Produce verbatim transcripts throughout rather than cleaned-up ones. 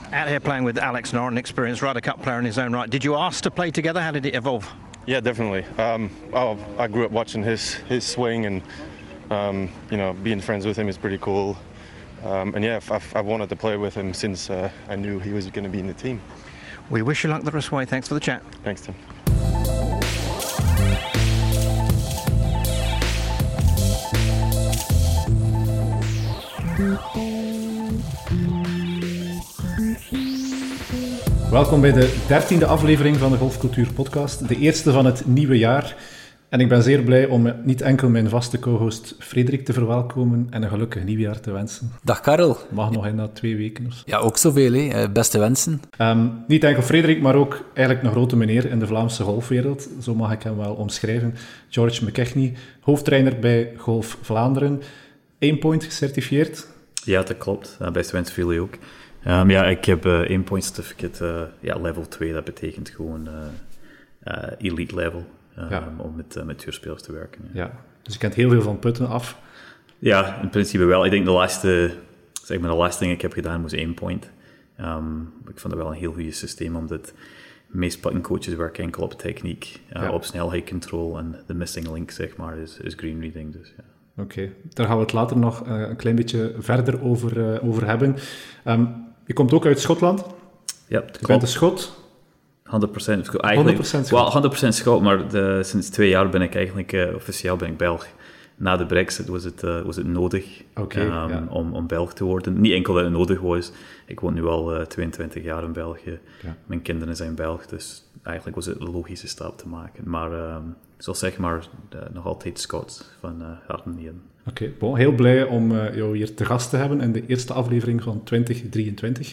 Out here playing with Alex Noren, an experienced Ryder Cup player in his own right. Did you ask to play together? How did it evolve? Yeah, definitely. Um, oh, I grew up watching his his swing, and um, you know, being friends with him is pretty cool. Um, and yeah, I've, I've wanted to play with him since uh, I knew he was going to be in the team. We wish you luck the rest of the way. Thanks for the chat. Thanks, Tim. Welkom bij de dertiende aflevering van de Golfcultuur Podcast, de eerste van het nieuwe jaar. En ik ben zeer blij om niet enkel mijn vaste co-host Frederik te verwelkomen en een gelukkig nieuwjaar te wensen. Dag Karel. Mag nog in na twee weken of zo. Ja, ook zoveel, hè. Beste wensen. Um, niet enkel Frederik, maar ook eigenlijk een grote meneer in de Vlaamse golfwereld. Zo mag ik hem wel omschrijven. George McKechnie, hoofdtrainer bij Golf Vlaanderen. Aimpoint gecertificeerd. Ja, dat klopt. Uh, beste wensen voor jullie ook. Um, ja, ik heb uh, Aimpoint certificate, uh, ja, level twee, dat betekent gewoon uh, uh, elite level, uh, ja. om met, uh, met tourspelers te werken. Ja. Ja, dus je kent heel veel van putten af. Ja, in principe wel. Ik denk de laatste, zeg maar, de laatste ding ik heb gedaan was Aimpoint. Um, ik vond het wel een heel goed systeem, omdat de meeste puttingcoaches werken enkel op techniek, uh, ja. op snelheidscontrole en de missing link, zeg maar, is, is green reading. Dus, ja. Oké, okay. Daar gaan we het later nog uh, een klein beetje verder over, uh, over hebben. Um, je komt ook uit Schotland. Ja, je bent een Schot. honderd procent Schot. Eigenlijk, honderd procent Schot. Wel, honderd procent Schot, maar de, sinds twee jaar ben ik eigenlijk, uh, officieel ben ik Belg. Na de Brexit was het, uh, was het nodig okay, um, ja. om, om Belg te worden. Niet enkel dat het nodig was. Ik woon nu al uh, tweeëntwintig jaar in België. Ja. Mijn kinderen zijn Belg, dus eigenlijk was het een logische stap te maken. Maar um, zoals zeg maar, uh, nog altijd Scots van uh, harten niet in. Oké, okay, bon, heel blij om uh, jou hier te gast te hebben in de eerste aflevering van twintig drieëntwintig.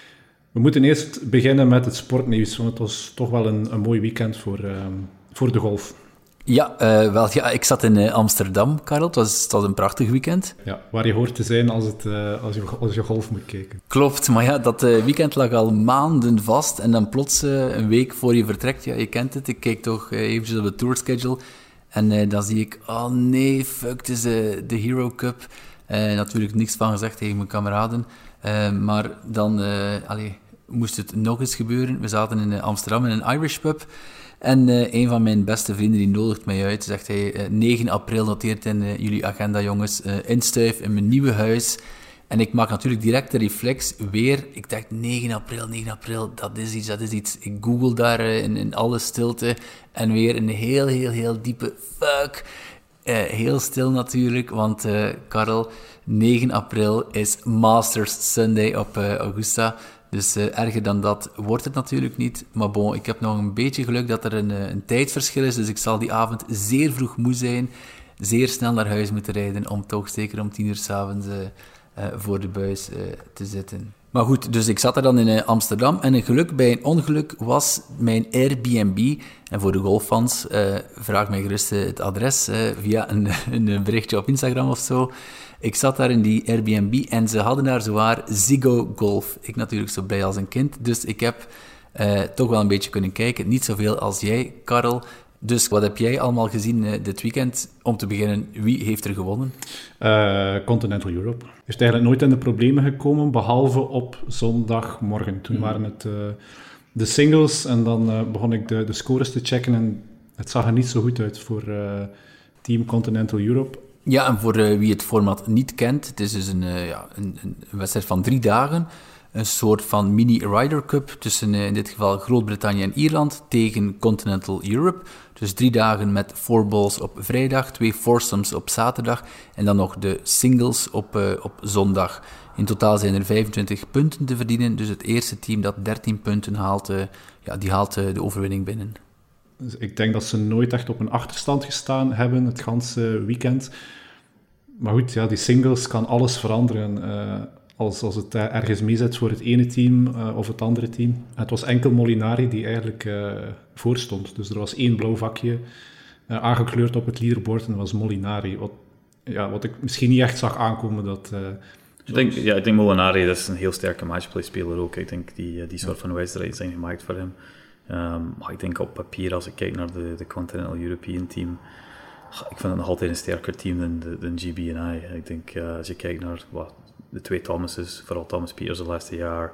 We moeten eerst beginnen met het sportnieuws, want het was toch wel een, een mooi weekend voor, um, voor de golf. Ja, uh, wel, ja, ik zat in uh, Amsterdam, Karel. Het was, het was een prachtig weekend. Ja, waar je hoort te zijn als, het, uh, als, je, als je golf moet kijken. Klopt, maar ja, dat uh, weekend lag al maanden vast en dan plots uh, een week voor je vertrekt, ja, je kent het, ik kijk toch uh, eventjes op de tourschedule en uh, dan zie ik, oh nee, fuck, het is uh, de Hero Cup. Uh, natuurlijk niks van gezegd tegen mijn kameraden, uh, maar dan uh, allee, moest het nog eens gebeuren. We zaten in uh, Amsterdam in een Irish pub. En uh, een van mijn beste vrienden die nodigt mij uit, zegt hij, uh, negen april noteert in uh, jullie agenda, jongens, uh, instuif in mijn nieuwe huis. En ik maak natuurlijk direct de reflex weer. Ik dacht, negen april, negen april, dat is iets, dat is iets. Ik google daar uh, in, in alle stilte en weer een heel, heel, heel diepe fuck. Uh, heel stil natuurlijk, want uh, Karel, negen april is Masters Sunday op uh, Augusta. Dus uh, erger dan dat wordt het natuurlijk niet. Maar bon, ik heb nog een beetje geluk dat er een, een tijdverschil is. Dus ik zal die avond zeer vroeg moe zijn. Zeer snel naar huis moeten rijden. Om toch zeker om tien uur 's avonds uh, uh, voor de buis uh, te zitten. Maar goed, dus ik zat er dan in uh, Amsterdam. En een geluk bij een ongeluk was mijn Airbnb. En voor de golffans, uh, vraag mij gerust uh, het adres uh, via een, een berichtje op Instagram of zo. Ik zat daar in die Airbnb en ze hadden daar zowaar Ziggo Golf. Ik natuurlijk zo blij als een kind. Dus ik heb uh, toch wel een beetje kunnen kijken. Niet zoveel als jij, Karel. Dus wat heb jij allemaal gezien uh, dit weekend? Om te beginnen, wie heeft er gewonnen? Uh, Continental Europe. Is eigenlijk nooit in de problemen gekomen, behalve op zondagmorgen. Toen mm. waren het uh, de singles en dan uh, begon ik de, de scores te checken en het zag er niet zo goed uit voor uh, Team Continental Europe. Ja, en voor uh, wie het format niet kent, het is dus een, uh, ja, een, een wedstrijd van drie dagen. Een soort van mini-Ryder Cup tussen uh, in dit geval Groot-Brittannië en Ierland tegen Continental Europe. Dus drie dagen met four balls op vrijdag, twee foursomes op zaterdag en dan nog de singles op, uh, op zondag. In totaal zijn er vijfentwintig punten te verdienen, dus het eerste team dat dertien punten haalt, uh, ja, die haalt uh, de overwinning binnen. Dus ik denk dat ze nooit echt op een achterstand gestaan hebben, het ganse weekend. Maar goed, ja, die singles kan alles veranderen. Uh, als, als het uh, ergens meezet voor het ene team uh, of het andere team. En het was enkel Molinari die eigenlijk uh, voorstond. Dus er was één blauw vakje uh, aangekleurd op het leaderboard en dat was Molinari. Wat, ja, wat ik misschien niet echt zag aankomen. Dat, uh, ik, denk, ja, ik denk Molinari, dat is een heel sterke matchplay-speler ook. Ik denk die, die soort van wedstrijden zijn gemaakt voor hem. Um, maar ik denk op papier, als ik kijk naar de, de Continental European team, ik vind het nog altijd een sterker team dan, de, dan G B en I. Ik denk, uh, als je kijkt naar wat, de twee Thomases, vooral Thomas Pieters het laatste jaar,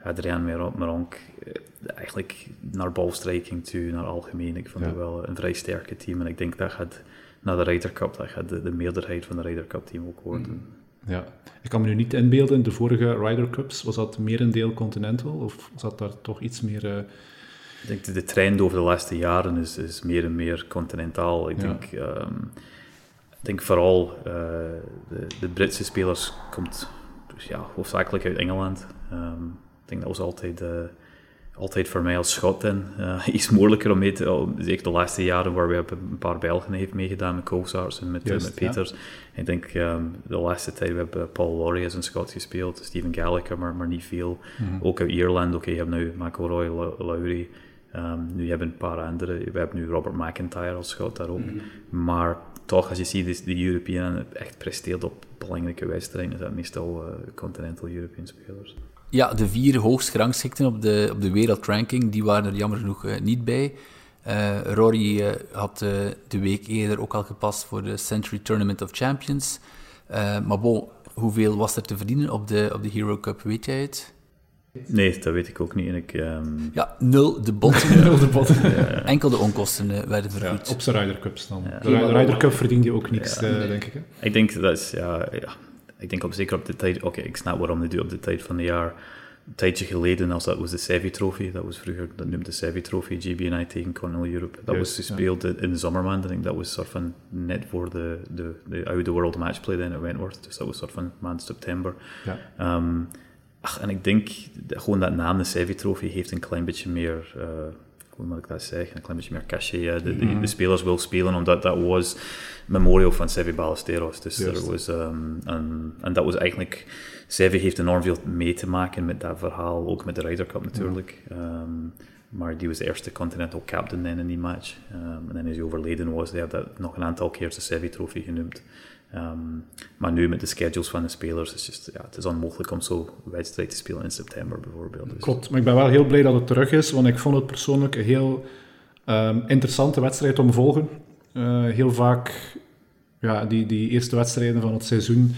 Adriaan Meronk, eigenlijk naar balstriking toe, naar algemeen. Ik vond ja. het wel een vrij sterke team. En ik denk dat gaat naar de Ryder Cup, dat gaat de, de meerderheid van de Ryder Cup team ook worden. Ja, ik kan me nu niet inbeelden, in de vorige Ryder Cups, was dat merendeel Continental, of zat daar toch iets meer... Uh... Ik denk dat de trend over de laatste jaren is, is meer en meer continentaal. Ik, ja. denk, um, ik denk vooral uh, de, de Britse spelers komt dus ja, hoofdzakelijk uit Engeland. Um, ik denk dat was altijd, uh, altijd voor mij als Schot en uh, iets moeilijker om mee te... Oh, zeker de laatste jaren waar we een paar Belgen heeft meegedaan met Koosarts en met, Just, uh, met Peters. Ja. Ik denk um, de laatste tijd, we hebben Paul Lawrie als een Schot gespeeld, Stephen Gallagher, maar, maar niet veel. Mm-hmm. Ook uit Ierland, oké, okay, je hebt nu McIlroy, Lowry. Um, nu hebben we een paar andere. We hebben nu Robert McIntyre als Schot daar ook. Mm-hmm. Maar toch, als je ziet, de, de Europeanen echt presteert op belangrijke wedstrijden, is dat meestal uh, continental European spelers. Ja, de vier hoogst gerangschikten op de, op de wereldranking, die waren er jammer genoeg uh, niet bij. Uh, Rory uh, had uh, de week eerder ook al gepast voor de Century Tournament of Champions. Uh, maar bon, hoeveel was er te verdienen op de, op de Hero Cup, weet jij het? Nee, dat weet ik ook niet. En ik, um... Ja, nul de botten. nul de botten. Ja. Enkel de onkosten uh, werden vergoed. Ja, op zijn Ryder Cups dan. Ja. De, de Ryder Cup verdient je ook niks, ja. uh, denk ik. Hè? Ik denk dat is, ja, ja. Ik denk op, zeker op de tijd, oké, okay, ik snap waarom dit doet op de tijd van het jaar. Een tijdje geleden, als dat was de Savvy Trophy, dat was vroeger, dat noemde de Savvy Trophy, G B en I tegen Continental Europe. Dat Juist, was gespeeld ja. in de zomermaanden. Ik denk dat was soort van net voor de, de, de oude World Matchplay in Wentworth. Dus dat was soort van maand september. Ja. Um, ach, en ik denk, dat, gewoon dat naam, de Savvy Trophy, heeft een klein beetje meer... Uh, hoe moet ik dat zeggen? Een klein beetje meer cachet. De, de, de spelers wil spelen, omdat dat was memorial van Seve Ballesteros. Dus er was, um, en, en dat was eigenlijk... Seve heeft enorm veel mee te maken met dat verhaal, ook met de Ryder Cup natuurlijk. Um, maar die was de eerste Continental Captain in die match. Um, en dan is hij overleden was, hij had dat nog een aantal keer de Seve Trophy genoemd. Um, maar nu met de schedules van de spelers, is just, ja, het is onmogelijk om zo'n wedstrijd te spelen in september bijvoorbeeld. Dus. Klopt, maar ik ben wel heel blij dat het terug is, want ik vond het persoonlijk een heel um, interessante wedstrijd om te volgen. Uh, heel vaak, ja, die, die eerste wedstrijden van het seizoen,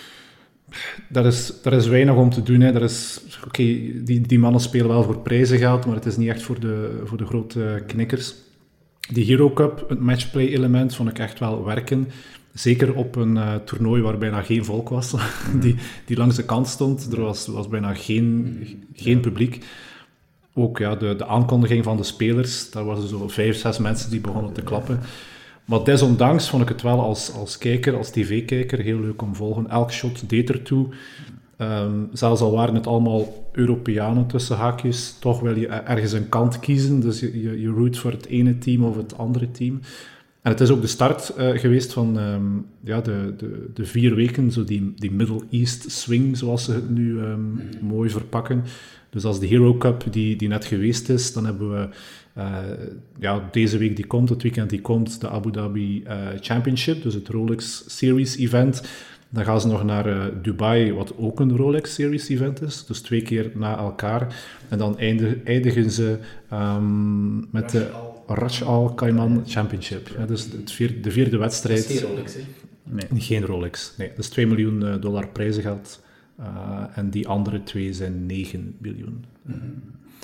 daar is, daar is weinig om te doen. Hè. Is, okay, die, die mannen spelen wel voor prijzengeld, maar het is niet echt voor de, voor de grote knikkers. Die Hero Cup, het matchplay-element, vond ik echt wel werken. Zeker op een uh, toernooi waar bijna geen volk was, mm-hmm. die, die langs de kant stond. Er was, was bijna geen, geen publiek. Ook ja, de, de aankondiging van de spelers, daar waren zo vijf, zes mensen die begonnen te klappen. Maar desondanks vond ik het wel als, als kijker, als tv-kijker, heel leuk om te volgen. Elk shot deed ertoe. Um, zelfs al waren het allemaal Europeanen tussen haakjes, toch wil je ergens een kant kiezen. Dus je, je, je root voor het ene team of het andere team. En het is ook de start uh, geweest van um, ja, de, de, de vier weken, zo die, die Middle East swing, zoals ze het nu um, mooi verpakken. Dus als de Hero Cup die, die net geweest is, dan hebben we uh, ja, deze week die komt, het weekend die komt, de Abu Dhabi uh, Championship, dus het Rolex Series event. Dan gaan ze nog naar uh, Dubai, wat ook een Rolex Series event is, dus twee keer na elkaar. En dan eindigen, eindigen ze um, met de Ras Al Khaimah Championship. Ja, dus het vier, de vierde wedstrijd. Dat is geen Rolex, hè? Nee. Geen Rolex, nee. Dat is twee miljoen dollar prijzengeld. Uh, en die andere twee zijn negen miljoen. Mm-hmm.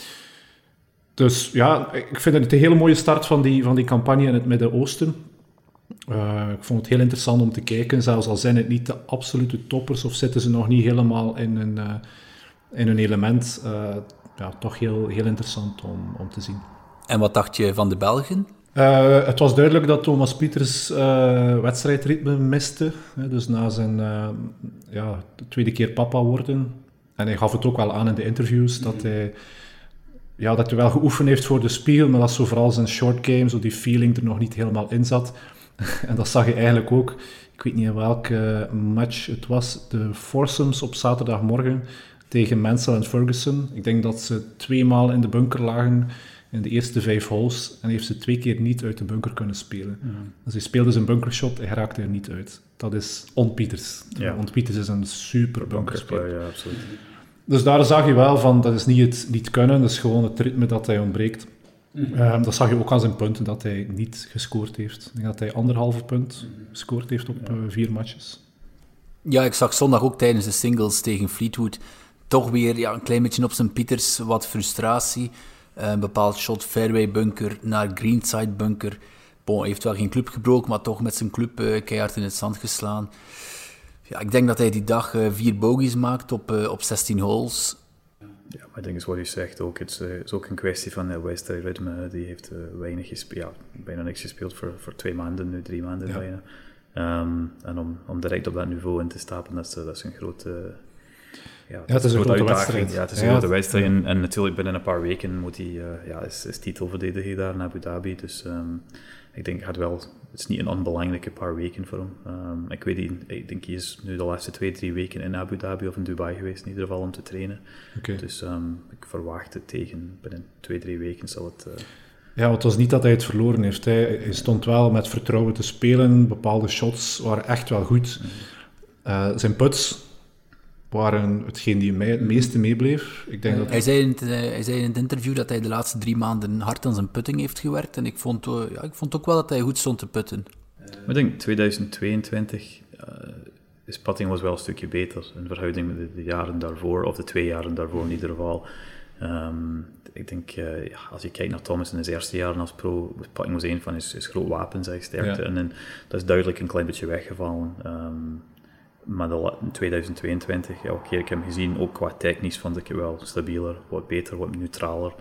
Dus ja, ik vind het een hele mooie start van die, van die campagne in het Midden-Oosten. Uh, ik vond het heel interessant om te kijken, zelfs al zijn het niet de absolute toppers of zitten ze nog niet helemaal in een, uh, in een element. Uh, ja, toch heel, heel interessant om, om te zien. En wat dacht je van de Belgen? Uh, het was duidelijk dat Thomas Pieters uh, wedstrijdritme miste. Hè, dus na zijn uh, ja, de tweede keer papa worden. En hij gaf het ook wel aan in de interviews, dat hij, ja, dat hij wel geoefend heeft voor de spiegel, maar dat zo vooral zijn short game, zo die feeling er nog niet helemaal in zat. En dat zag je eigenlijk ook. Ik weet niet in welke match het was. De foursomes op zaterdagmorgen tegen Mansell en Ferguson. Ik denk dat ze tweemaal in de bunker lagen in de eerste vijf holes en heeft ze twee keer niet uit de bunker kunnen spelen. Ja. Dus hij speelde zijn bunkershot en hij raakte er niet uit. Dat is On Pieters. Ja. On Pieters is een super bunkerspeler. Ja, absoluut. Dus daar zag je wel van, dat is niet het niet kunnen, dat is gewoon het ritme dat hij ontbreekt. Mm-hmm. Um, dat zag je ook aan zijn punten, dat hij niet gescoord heeft. Ik denk dat hij anderhalve punt gescoord heeft op ja. uh, vier matches. Ja, ik zag zondag ook tijdens de singles tegen Fleetwood toch weer ja, een klein beetje op zijn Pieters, wat frustratie. Uh, een bepaald shot, fairway bunker naar greenside bunker. Bon, hij heeft wel geen club gebroken, maar toch met zijn club uh, keihard in het zand geslaan. Ja, ik denk dat hij die dag uh, vier bogies maakt op, uh, op zestien holes. Ja, maar ik denk is wat u zegt ook. Het is, uh, is ook een kwestie van uh, wedstrijdritme. Die heeft uh, weinig gespeeld, ja, bijna niks gespeeld voor, voor twee maanden, nu drie maanden ja. bijna. Um, en om, om direct op dat niveau in te stappen, dat is, dat is een grote, uh, ja, ja, het is een grote wedstrijd. Ja, het is een ja, grote wedstrijd. En, en natuurlijk binnen een paar weken moet hij, uh, ja, is, is titelverdediger daar in Abu Dhabi. Dus um, ik denk, het wel, het is niet een onbelangrijke paar weken voor hem. Um, ik weet niet, ik denk hij is nu de laatste twee, drie weken in Abu Dhabi of in Dubai geweest, in ieder geval om te trainen. Okay. Dus um, ik verwacht het tegen binnen twee, drie weken zal het... Uh, Ja, want het was niet dat hij het verloren heeft. Hij, hij stond wel met vertrouwen te spelen. Bepaalde shots waren echt wel goed. Uh, zijn putts waren hetgeen die mij het meeste meebleef. Ik denk dat... hij, zei in het, uh, hij zei in het interview dat hij de laatste drie maanden hard aan zijn putting heeft gewerkt. En ik vond, uh, ja, ik vond ook wel dat hij goed stond te putten. Ik denk tweeduizend tweeëntwintig... Uh, His putting was wel een stukje beter in verhouding met de, de jaren daarvoor. Of de twee jaren daarvoor in ieder geval. Um, ik denk, uh, ja, als je kijkt naar Thomas in zijn eerste jaren als pro, putting was een van his, his groot wapen, zijn sterkte. Ja. En, en dat is duidelijk een klein beetje weggevallen. Um, maar de, in tweeduizend tweeëntwintig, elke keer ik heb hem gezien, ook qua technisch vond ik het wel stabieler, wat beter, wat neutraler.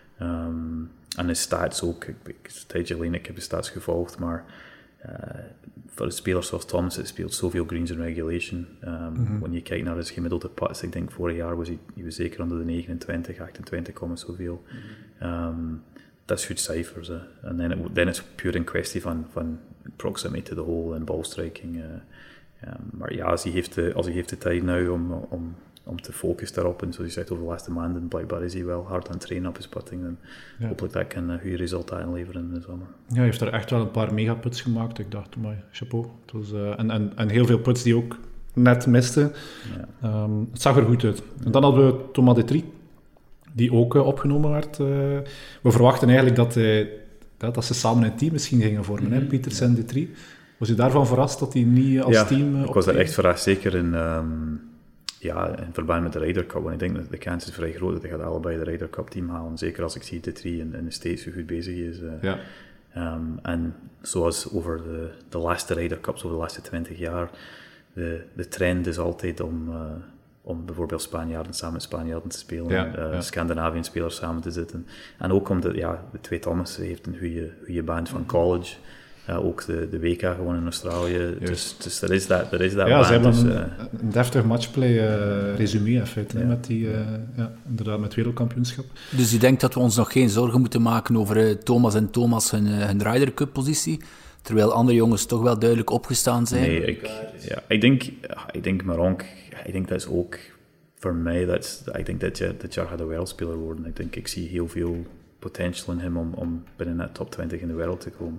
Um, en de stats ook, ik, ik, een tijdje geleden, ik heb de stats gevolgd, maar uh, voor de spelers zoals Thomas, hij speelt zoveel greens in regulation. Um, mm-hmm. Wanneer je kijkt naar zijn gemiddelde putts, ik denk vorig jaar was hij, hij was zeker onder de negenentwintig, achtentwintig, zoveel. Mm-hmm. Um, dat is goed cijfers. Hè. En dan, dan is het puur een kwestie van, van proximity to the hole en ballstriking. Uh, um, maar ja, als hij heeft de, als hij heeft de tijd nu om, om, om te focussen daarop, en zoals je zegt over de laatste maanden, blijkbaar is hij wel hard aan het trainen op his putting. En ja. hopelijk dat kan een goede resultaten leveren in de zomer. Ja, hij heeft er echt wel een paar megaputs gemaakt. Ik dacht, maar chapeau. Het was, uh, en, en, en heel veel puts die ook net misten. Ja. Um, het zag er goed uit. En dan hadden we Thomas Detry, die ook uh, opgenomen werd. Uh, we verwachten eigenlijk dat, hij, dat, dat ze samen een team misschien gingen vormen, mm-hmm. hè? Pieters en Detry. Was je daarvan verrast dat hij niet als ja, team... Uh, ik was daar echt verrast, zeker in... Um, Ja, in verband met de Ryder Cup, want ik denk dat de kans is vrij groot dat hij gaat allebei de Ryder Cup team halen. Zeker als ik zie dat hij in, in de States zo goed bezig is. Uh, ja. um, en zoals over de, de laatste Ryder Cups, over de laatste twintig jaar, de, de trend is altijd om, uh, om bijvoorbeeld Spanjaarden samen met Spanjaarden te spelen, ja, uh, ja. Scandinavië-spelers samen te zitten. En ook omdat, ja, de twee Thomas heeft een goede, goede band van college. Ja, ook de, de W K gewoon in Australië. Dus, dus dat is dat, dat is dat. Ja, band, ze hebben dus, een, uh, een deftig matchplay uh, resume in feite, ja. met die, uh, ja, inderdaad, met wereldkampioenschap. Dus je denkt dat we ons nog geen zorgen moeten maken over uh, Thomas en Thomas hun, uh, hun Ryder Cup positie, terwijl andere jongens toch wel duidelijk opgestaan zijn? Nee, ik, ja, ik denk, ik denk Maronk, ik denk dat is ook voor mij, dat is, ik denk dat je dit jaar gaat een wereldspeler worden. Ik denk, ik zie heel veel potential in hem om, om binnen de top twintig in de wereld te komen.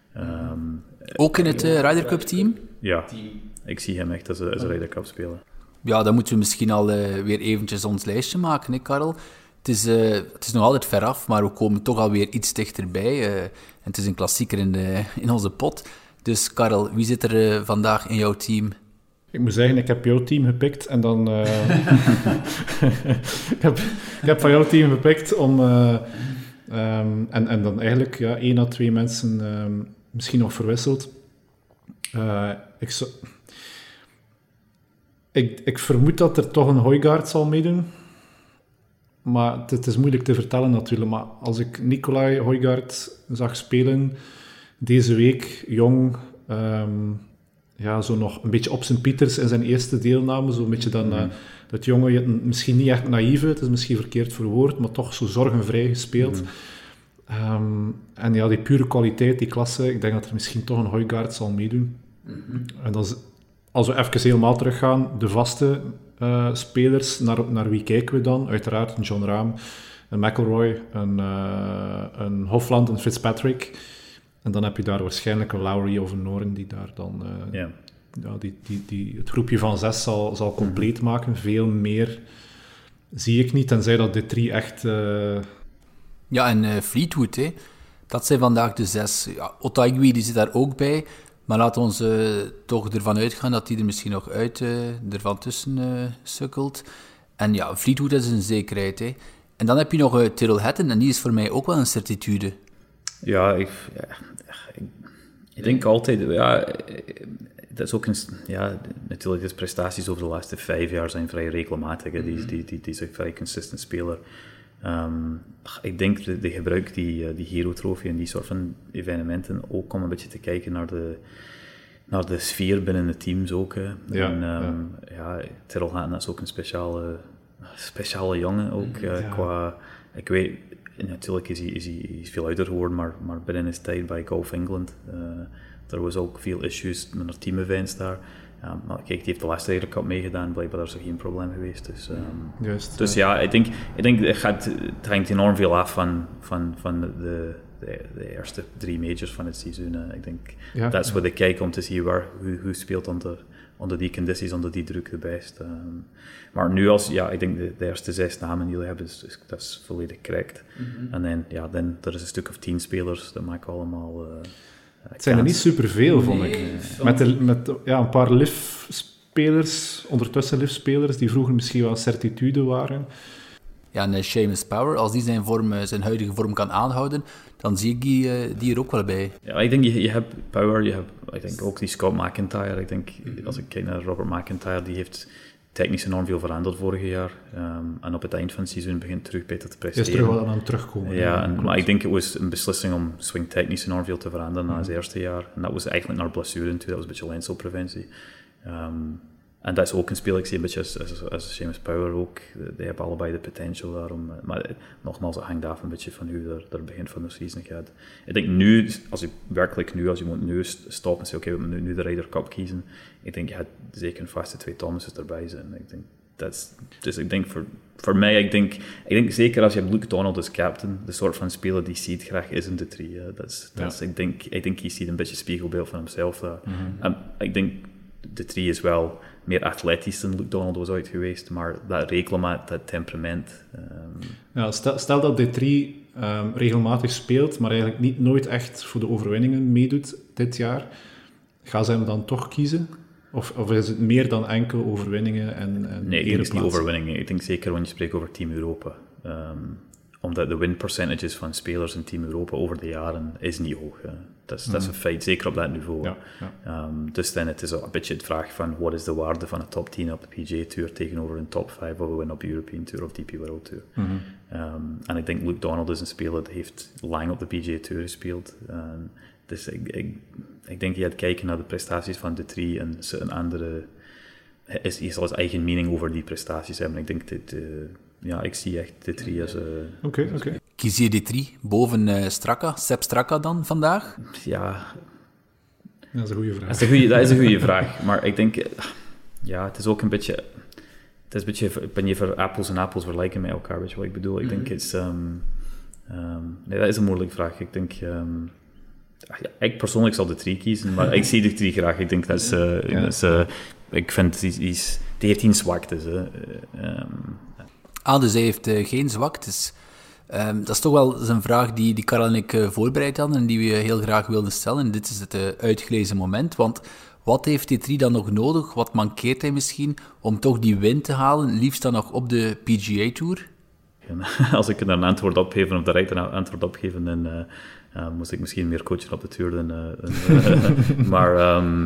Um, ook in het uh, Ryder Cup team? Ja, ik zie hem echt als een, als een Ryder Cup speler. Ja, dan moeten we misschien al uh, weer eventjes ons lijstje maken, hè, Karel? Het is, uh, het is nog altijd ver af, maar we komen toch alweer iets dichterbij. Uh, en het is een klassieker in, de, in onze pot. Dus Karel, wie zit er uh, vandaag in jouw team? Ik moet zeggen, ik heb jouw team gepikt en dan... Uh... ik, heb, ik heb van jouw team gepikt om... Uh... Um, en, en dan eigenlijk ja, één à twee mensen um, misschien nog verwisseld. Uh, ik, zo... ik, ik vermoed dat er toch een Højgaard zal meedoen. Maar het, het is moeilijk te vertellen natuurlijk. Maar als ik Nicolai Højgaard zag spelen deze week, jong, um, ja, zo nog een beetje op zijn Pieters in zijn eerste deelname, zo'n beetje dan... Uh, dat jongen, misschien niet echt naïeve, het is misschien verkeerd verwoord, maar toch zo zorgenvrij gespeeld. Mm. Um, en ja, die pure kwaliteit, die klasse, ik denk dat er misschien toch een Højgaard zal meedoen. Mm-hmm. En dat is, als we even helemaal teruggaan, de vaste uh, spelers, naar, naar wie kijken we dan? Uiteraard een Jon Rahm, een McIlroy, een, uh, een Hofland, een Fitzpatrick. En dan heb je daar waarschijnlijk een Lowry of een Noren die daar dan... Uh, yeah. Ja, die, die, die, het groepje van zes zal, zal compleet maken. Veel meer zie ik niet, tenzij dat de drie echt... Uh... Ja, en uh, Fleetwood, hè. Dat zijn vandaag de zes. Ja, Otaegui, die zit daar ook bij. Maar laten we ons uh, toch ervan uitgaan dat die er misschien nog uit uh, ervan tussen uh, sukkelt. En ja, Fleetwood is een zekerheid. Hè. En dan heb je nog uh, Tyrrell Hatton, en die is voor mij ook wel een certitude. Ja, ik, ja, ik, ik denk altijd... Ja, dat is ook een... Ja, natuurlijk, de prestaties over de laatste vijf jaar zijn vrij regelmatig. Hè. Die, die, die, die is een vrij consistent speler. Um, ik denk dat de gebruik die, die Hero Trophy en die soort van evenementen ook om een beetje te kijken naar de, naar de sfeer binnen de teams ook. Hè. Ja, en um, ja. ja Tyrrell Hatton is ook een speciale, speciale jongen ook. Ja. Uh, qua, ik weet, natuurlijk is hij, is hij is veel ouder geworden, maar, maar binnen zijn tijd bij Golf England, uh, er was ook veel issues met haar team-events daar. Ja, maar kijk, die heeft de laatste Ryder Cup meegedaan, blijkbaar is er geen probleem geweest. Dus, um, Juist, dus ja, ja ik denk, ik denk het, gaat, het hangt enorm veel af van, van, van de, de, de eerste drie majors van het seizoen. Uh, ik denk, ja, dat is ja. wat ik kijk om te zien waar, hoe, hoe speelt onder, onder die condities, onder die druk de best. Um, maar nu als, ja, ik denk de, de eerste zes namen die we hebben, is, is, dat is volledig correct. Mm-hmm. En dan, ja, dan, er is een stuk of tien spelers, dat maken allemaal... Uh, Het zijn er niet superveel, nee, vond ik. Met, de, met ja, een paar L I V-spelers, ondertussen L I V-spelers, die vroeger misschien wel certitude waren. Ja, en Seamus Power, als die zijn, vorm, zijn huidige vorm kan aanhouden, dan zie ik die, uh, die er ook wel bij. Ja, ik denk, je, je hebt Power, je hebt ik denk ook die Scott McIntyre. Ik denk, als ik kijk naar Robert McIntyre, die heeft technisch enorm veel veranderd vorig jaar. Um, en op het eind van het seizoen begint terug beter te presteren. Is terug wel aan het terugkomen. Ja, en, maar ik denk het was een beslissing om swingtechnisch enorm veel te veranderen na mm. zijn eerste jaar. En dat was eigenlijk naar blessure toe, dat was een beetje lenselpreventie. Um, en dat is ook een speel, ik zie een beetje als, als, als Seamus Power ook. Die hebben allebei de potential daarom. Maar nogmaals, het hangt af een beetje van hoe er, er begint van de season gaat. Ik denk nu, als je werkelijk nu, als je moet nu stoppen en zeggen, oké, okay, we moeten nu de Ryder Cup kiezen. Ik denk, je gaat zeker een vaste twee Thomases erbij zijn. Ik denk, that's, dus ik denk, voor, voor mij, ik denk, ik denk zeker als je hebt Luke Donald als captain, de soort van speler die ziet graag is in de drie. Dat is, dat is, ja. ik, denk, ik denk, hij ziet een beetje spiegelbeeld van hemzelf daar. Mm-hmm. En ik denk, de drie is wel meer atletisch dan Luke Donald was ooit geweest, maar dat regelmaat, dat temperament... Um... Ja, stel, stel dat de drie um, regelmatig speelt, maar eigenlijk niet nooit echt voor de overwinningen meedoet dit jaar, gaan ze hem dan toch kiezen? Of, of is het meer dan enkel overwinningen en, en Nee, ik denk het is niet overwinningen. Ik denk zeker wanneer je spreekt over Team Europa. Um, omdat de win percentages van spelers in Team Europa over de jaren is niet hoog. Hè. Dat, is, mm. dat is een feit, zeker op dat niveau. Ja, ja. Um, dus dan het is een beetje de vraag van wat is de waarde van een top tien op de P G A Tour tegenover een top vijf of een op de European Tour of D P World Tour. Mm-hmm. Um, en ik denk Luke Donald is een speler die heeft lang op de P G A Tour gespeeld. Um, dus ik, ik, ik denk je gaat kijken naar de prestaties van de drie en ze een andere... Is, is al zijn eigen mening over die prestaties hebben. Ik denk dat... Uh, Ja, ik zie echt de drie als... Uh, Oké, okay, oké. Okay. Kies je die drie boven uh, Straka, Sepp Straka dan vandaag? Ja... Dat is een goede vraag. Dat is een goede, dat is een goede vraag. Maar ik denk... Ja, het is ook een beetje... Het is een beetje... Ben je voor appels en appels vergelijken met elkaar, weet je wat ik bedoel? Ik denk, het is... Um, um, nee, dat is een moeilijke vraag. Ik denk... Um, ja, ik persoonlijk zal de drie kiezen, maar ik zie de drie graag. Ik denk dat is... Uh, ja. dat is uh, ik vind... Die, die, is, die heeft geen zwaktes, hè. Um, Ah, dus hij heeft uh, geen zwaktes. Um, dat is toch wel een vraag die, die Karel en ik uh, voorbereid hadden en die we heel graag wilden stellen. En dit is het uh, uitgelezen moment. Want wat heeft die drie dan nog nodig? Wat mankeert hij misschien om toch die win te halen? Liefst dan nog op de P G A Tour? Als ik er een antwoord op geef, of direct een antwoord op geven, dan uh, uh, moest ik misschien meer coachen op de Tour. Dan, uh, uh, maar um,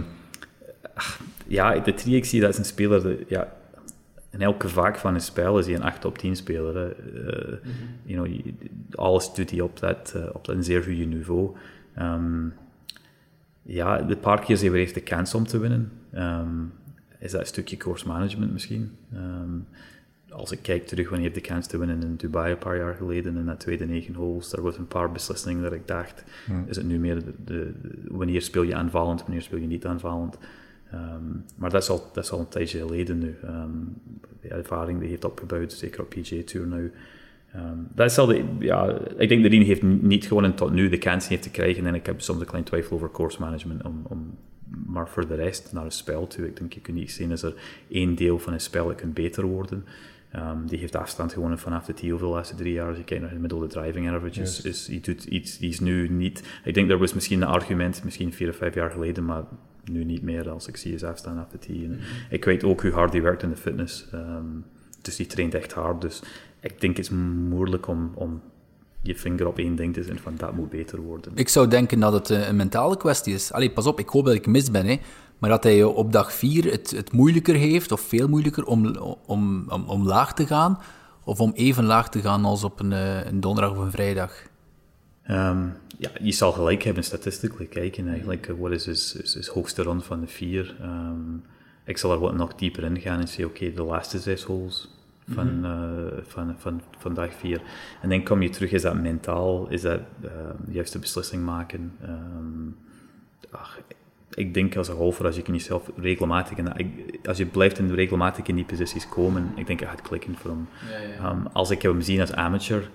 ja, de drie, ik zie dat is een speler... De, ja, in elke vaak van een spel is hij een acht op tien speler. Uh, mm-hmm. you know, alles doet hij op dat, uh, op dat een zeer goede niveau. Um, ja, de paar keer hij weer heeft de kans om te winnen. Um, is dat een stukje course management misschien? Um, als ik kijk terug wanneer hij heeft de kans te winnen in Dubai een paar jaar geleden, in dat tweede negen holes, daar was een paar beslissingen dat ik dacht, mm. is het nu meer de, de, de, wanneer speel je aanvallend, wanneer speel je niet aanvallend? Um, maar dat is, al, dat is al een tijdje geleden nu. Um, de ervaring die hij heeft opgebouwd, zeker op P G A Tour nu. Um, dat is al de, ja, ik denk dat hij heeft niet gewoon tot nu de kans heeft te krijgen en ik heb soms een klein twijfel over course management, om, om, maar voor de rest naar een spel toe. Ik denk, je kunt niet zien, is er één deel van een spel dat kan beter worden. Um, die heeft afstand gewonnen vanaf de tee over de laatste drie jaar. Als je kijkt naar de gemiddelde driving average, yes. is, hij doet iets, die is nu niet... Ik denk, er was misschien een argument, misschien vier of vijf jaar geleden, maar nu niet meer, als ik zie is afstaan af de tee. Mm-hmm. Ik weet ook hoe hard hij werkt in de fitness. Um, dus die traint echt hard. Dus ik denk het is moeilijk om, om je vinger op één ding te zetten van dat moet beter worden. Ik zou denken dat het een mentale kwestie is. Allee, pas op, ik hoop dat ik mis ben, hè. Maar dat hij op dag vier het, het moeilijker heeft, of veel moeilijker, om, om, om, om laag te gaan, of om even laag te gaan als op een, een donderdag of een vrijdag. Um, ja, je zal gelijk hebben statistically kijken eigenlijk. Wat is his, his, his hoogste run van de vier? Um, ik zal er wat nog dieper in gaan en zeggen, oké, okay, de laatste zes holes van, mm-hmm. uh, van, van, van dag vier. En dan kom je terug, is dat mentaal? Is dat uh, de juiste beslissing maken? Um, ach, ik denk als een golfer, als je jezelf regelmatig, en als je blijft in regelmatig in die posities komen, ik denk dat het klikken voor hem. Ja, ja. Um, als ik hem zie als amateur,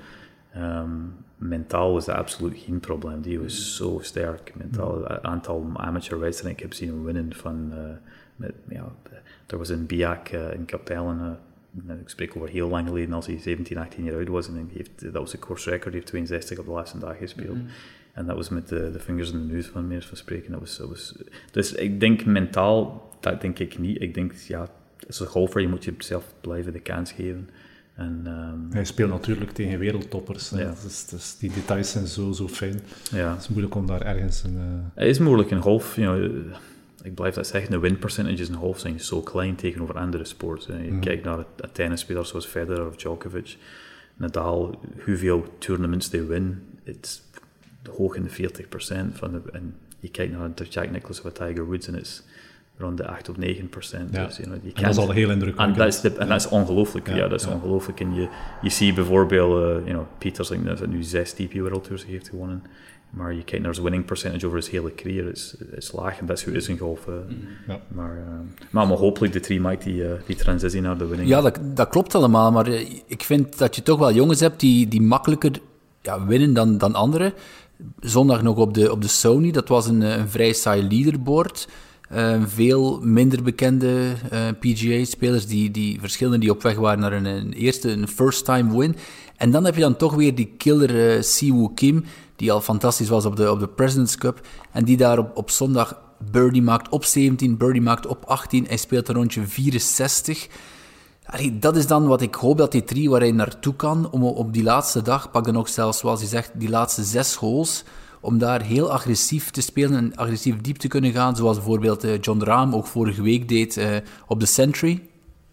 um, mentaal was dat absoluut geen probleem. Die was mm. zo sterk. Mentaal, het aantal amateur wedstrijden ik heb zien hem winnen van, uh, met, ja, er was een Biak uh, in Capelle, uh, ik spreek over heel lang geleden, als hij zeventien, achttien jaar oud was, en heeft, dat was de course record, hij heeft tweeënzestig op de laatste dag gespeeld. Mm. En dat was met de, de vingers in de neus van meer van spreken. Dat was, dat was, dus ik denk mentaal, dat denk ik niet. Ik denk, ja, als een golfer, je moet jezelf blijven de kans geven. En, um, Hij speelt natuurlijk tegen wereldtoppers. Ja. Dus, dus die details zijn zo, zo fijn. Ja. Het is moeilijk om daar ergens een... Uh... Het is moeilijk in golf. You know, ik blijf dat zeggen, de win percentages in golf zijn zo klein tegenover andere sporten. Je mm. kijkt naar het tennisspelers zoals Federer of Djokovic, Nadal, hoeveel tournaments they win. It's hoog in de veertig procent van de... En je kijkt naar de Jack Nicklaus of Tiger Woods en is rond de acht of negen procent. Ja. Dus, you know, je en dat is al heel indrukwekkend. En dat is, de, en ja. dat is ongelooflijk. Ja, ja, dat is ja. ongelooflijk. En je, je ziet bijvoorbeeld, uh, you know, Pieters, ik denk dat nu zes T P World Tours heeft gewonnen. Maar je kijkt naar zijn winning percentage over zijn hele carrière, is, is laag. En dat is hoe is in golf. Uh. Mm-hmm. Ja. Maar, uh, maar, maar hopelijk de drie maakt die, uh, die transitie naar de winning. Ja, dat, dat klopt allemaal. Maar uh, ik vind dat je toch wel jongens hebt die, die makkelijker ja, winnen dan, dan anderen. Zondag nog op de, op de Sony, dat was een, een vrij saai leaderboard. Uh, veel minder bekende uh, P G A-spelers, die, die verschillende die op weg waren naar een, een eerste, een first-time win. En dan heb je dan toch weer die killer uh, Siwoo Kim, die al fantastisch was op de, op de President's Cup, en die daar op, op zondag birdie maakt op zeventien, birdie maakt op achttien, hij speelt een rondje vierenzestig. Allee, dat is dan wat ik hoop dat die drie waar hij naartoe kan, om op die laatste dag, pak dan ook zelfs, zoals je zegt, die laatste zes holes, om daar heel agressief te spelen en agressief diep te kunnen gaan, zoals bijvoorbeeld uh, John Rahm ook vorige week deed uh, op de Century.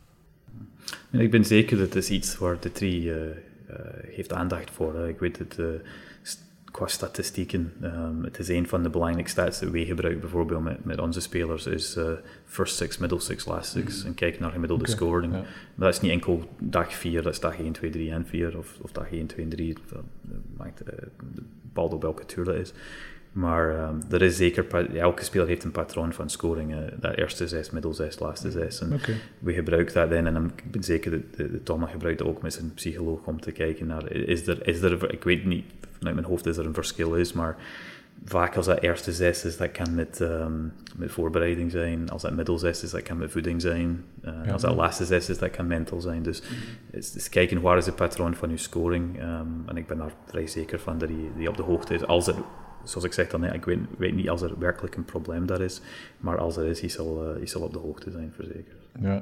Ik ben zeker dat het is iets waar de drie uh, uh, heeft aandacht voor. Uh. Ik weet het uh, st- qua statistieken. Um, het is een van de belangrijkste stats die wij gebruiken bijvoorbeeld met, met onze spelers, is uh, first six, middle six, last six. Mm-hmm. En kijk naar gemiddelde okay. scoring. Ja. Dat is niet enkel dag vier, dat is dag één, twee, drie en vier, of, of dag één, twee en drie. Dat maakt uh, bepaald op welke tour dat is. Maar um, er is zeker, ja, elke speler heeft een patroon van scoring. Uh, dat eerste zes, middel zes, laatste zes. En okay. we gebruiken dat in, en ik ben zeker de, de, de Thomas gebruikt dat ook met zijn psycholoog om te kijken naar, is er, is er, ik weet niet, vanuit mijn hoofd is er een verschil is, maar vaak als dat eerste zes is, dat kan met, um, met voorbereiding zijn. Als dat middel zes is, dat kan met voeding zijn. Uh, ja, als dat laatste zes is, dat kan mental zijn. Dus mm-hmm. is, is kijken waar is het patroon van je scoring. Um, en ik ben daar vrij zeker van dat die, die op de hoogte is. Als er, zoals ik zeg dan, ja, ik weet, weet niet als er werkelijk een probleem daar is, maar als er is, hij zal, uh, hij zal op de hoogte zijn, verzekerd. Ja.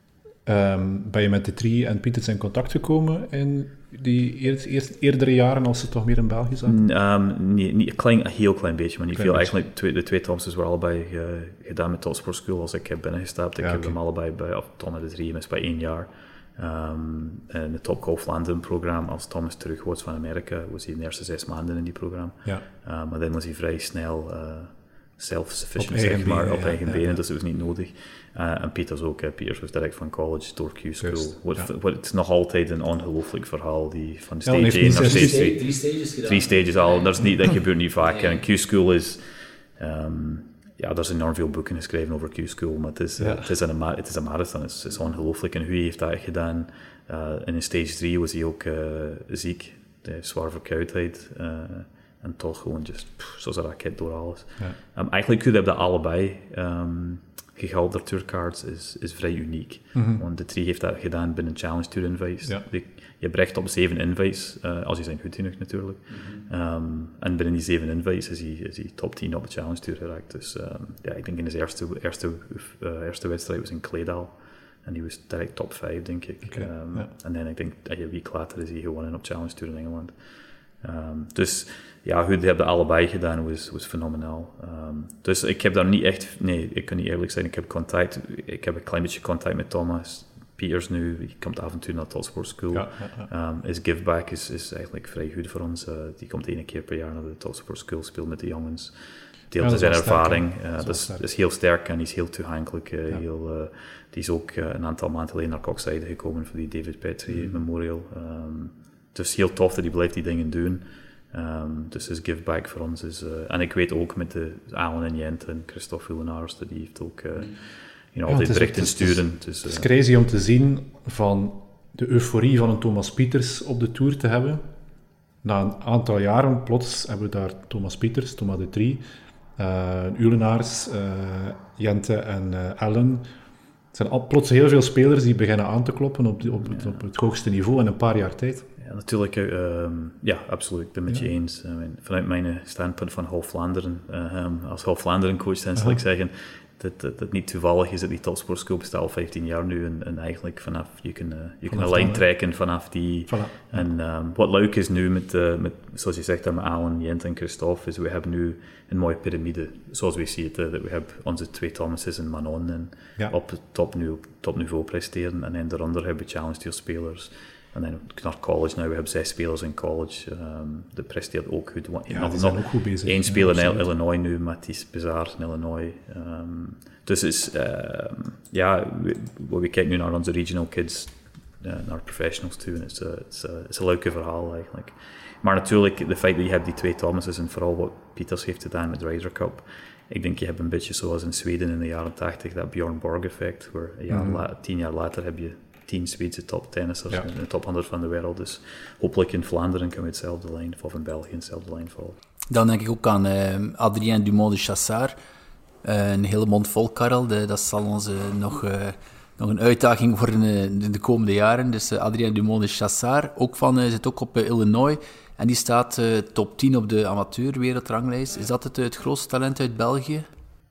Um, ben je met de drie en Pieters in contact gekomen in die eer, eer, eerdere jaren, als ze toch meer in België zaten? Um, nee, niet, klein, een heel klein beetje, maar niet klein veel. Beetje. Eigenlijk, twee, de twee Thompsons waren allebei uh, gedaan met Topsport School als ik heb binnengestapt. Ik ja, heb okay. hem allebei bij, of Tom met de drie, is bij één jaar. Um, en het Top Golf London programma, als Thomas terug was van Amerika, was hij de eerste zes maanden in die programma. Ja. Uh, maar dan was hij vrij snel uh, self-sufficient, zeg maar, benen, op eigen ja, benen, ja. dus dat was niet nodig. Uh, en Pieters ook, hè. Pieters was direct van college door Q-School. Wat, ja. wat, het is nog altijd een ongelooflijk verhaal, die van stage één ja, naar stage twee. Drie stages gedaan. Drie stages al, dat, is niet, dat gebeurt niet vaak. Ja. En Q-School is... Um, ja, er zijn enorm veel boeken geschreven over Q-School, maar het is, ja. uh, het is, een, het is een marathon, het is, het is ongelooflijk. En Huy heeft dat gedaan. Uh, en in stage drie was hij ook uh, ziek, de zwaar verkoudheid. Uh, en toch gewoon just, pff, zoals een raket door alles. Ja. Um, eigenlijk kun je dat allebei... Um, gegalder tourcards is, is vrij uniek. Mm-hmm. Want de drie heeft dat gedaan binnen Challenge Tour invites. Ja. Je, je brecht op zeven invites, uh, als je zijn goed genoeg natuurlijk. Mm-hmm. Um, en binnen die zeven invites is hij, is hij top tien op de Challenge Tour geraakt. Dus um, ja, ik denk in zijn eerste, eerste, uh, eerste wedstrijd was in Kleedal. En die was direct top vijf, denk ik. Okay, um, ja. En dan, ik denk, een week later is hij gewonnen op Challenge Tour in Engeland. Um, dus ja, hoe die hebben allebei gedaan, was, was fenomenaal. Um, dus ik heb daar niet echt, nee, ik kan niet eerlijk zijn, ik heb contact, ik heb een klein beetje contact met Thomas Pieters nu, die komt af en toe naar de Topsport School. Ja, ja, ja. Um, his giveback is, is eigenlijk vrij goed voor ons. Uh, die komt één keer per jaar naar de Topsport School, speelt met de jongens, deelt ja, zijn ervaring. Sterk, uh, dat, dat, is, is, dat is heel sterk en die is heel toegankelijk. Uh, ja. heel, uh, die is ook uh, een aantal maanden geleden naar Koksijde gekomen voor die David Petrie mm. Memorial. Um, dus heel tof dat hij blijft die dingen doen. Um, dus his giveback voor ons is... Uh, en ik weet ook met de Alan en Jent en Christophe Willenaars, die heeft ook uh, you know, ja, altijd het is, berichten het is, sturen. Het is, dus, uh, het is crazy om te zien van de euforie van een Thomas Pieters op de Tour te hebben. Na een aantal jaren, plots, hebben we daar Thomas Pieters, Thomas de Trie, uh, Ulenaars, uh, Jente en uh, Allen. Het zijn al, plots heel veel spelers die beginnen aan te kloppen op, die, op, het, ja. op het hoogste niveau in een paar jaar tijd. Ja, natuurlijk. Uh, um, ja, absoluut. Ik ben het met ja. je eens. Uh, vanuit mijn standpunt van half Vlaanderen, uh, um, als half Vlaanderen coach, dan zal ik zeggen dat het dat niet toevallig is dat die Topsport School bestaat al vijftien jaar nu en, en eigenlijk vanaf, je kan, uh, je kan een lijn trekken vanaf die. Voilà. En um, wat leuk is nu met, uh, met zoals je zegt, met Alan, Jent en Christophe, is we hebben nu een mooie piramide, zoals we zien het. Uh, dat we hebben onze twee Thomases en Manon en Ja. op het topniveau, topniveau presteren en dan daaronder hebben we Challenge Tour spelers. En dan naar college, nou, we hebben zes spelers in college. Um, de presteert ook goed. Ja, nog die zijn ook goed bezig. Eén speler ja, in Illinois nu, Mathis Bezard in Illinois. Um, dus is, um, ja, we, we kijken nu naar onze regional kids, uh, naar professionals toe. Het is, uh, is, uh, is een leuke verhaal eigenlijk. Maar natuurlijk, de feit dat je hebt die twee Thomases en vooral wat Pieters heeft gedaan met de Ryder Cup. Ik denk, je hebt een beetje zoals in Zweden in de jaren tachtig, dat Bjorn Borg effect, waar een jaar mm-hmm. la, tien jaar later heb je tien Zweedse top tennissers ja. in de top honderd van de wereld. Dus hopelijk in Vlaanderen kunnen we hetzelfde lijn, of in België hetzelfde lijn volgen. Dan denk ik ook aan uh, Adrien Dumont de Chassard. Uh, een hele mond vol, Karel. De, dat zal ons uh, nog, uh, nog een uitdaging worden uh, in de komende jaren. Dus uh, Adrien Dumont de Chassard, ook van, uh, zit ook op uh, Illinois. En die staat uh, top tien op de amateurwereldranglijst. Is dat het, uh, het grootste talent uit België?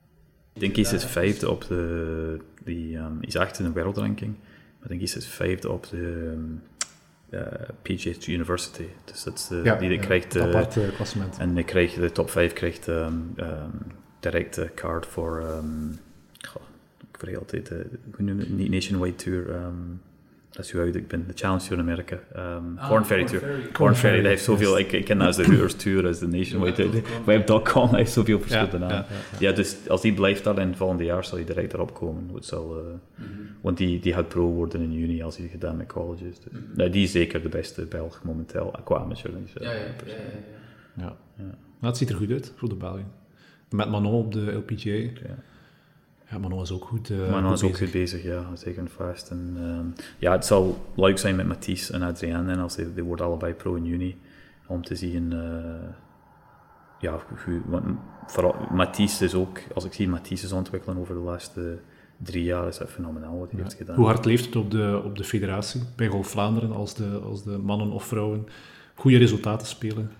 Ik denk, hij is het vijfde op de... Die, um, hij is acht in de wereldranking. Maar ik denk, hij is het vijfde op de um, uh, P G A University. Dus dat is de, ja, die de ja, krijgt... Een uh, apart uh, klassement. En de, krijg, de top vijf krijgt um, um, direct een card voor... Um, goh, ik vergeet altijd... Uh, hoe noem je het? Niet Nationwide Tour... Um, dat is hoe oud ik ben. De Challenge Tour in Amerika. Um, ah, Corn Ferry Tour. Corn, Corn Ferry, dat heeft zoveel... Ik, ik ken dat als de Huurs Tour, als de Nationwide Tour. Web dot com, hij heeft zoveel verschillende namen. Ja, ja, ja. ja, dus als die blijft dan in het volgende jaar, zal hij direct erop komen. Het zal, uh, mm-hmm. Want die, die gaat pro worden in juni, als hij het gedaan met colleges. Dus. Mm-hmm. Nou, die is zeker de beste Belg momenteel, qua amateur. Dus, ja, ja, ja, ja, ja. ja. ja. Nou, het ziet er goed uit voor de Belgen. Met Manon op de L P G A. Ja. Ja, Manon is ook goed uh, Manon is goed ook goed bezig, ja, zeker en vast. En, um, ja, het zal leuk zijn met Mathis en Adrien, en als die, die worden allebei pro in juni, om te zien, uh, ja, goed, want vooral Mathis is ook, als ik zie Mathis is ontwikkelen over de laatste drie jaar, is dat fenomenaal wat hij ja. heeft gedaan. Hoe hard leeft het op de, op de federatie, bij Golf Vlaanderen, als de, als de mannen of vrouwen goede resultaten spelen?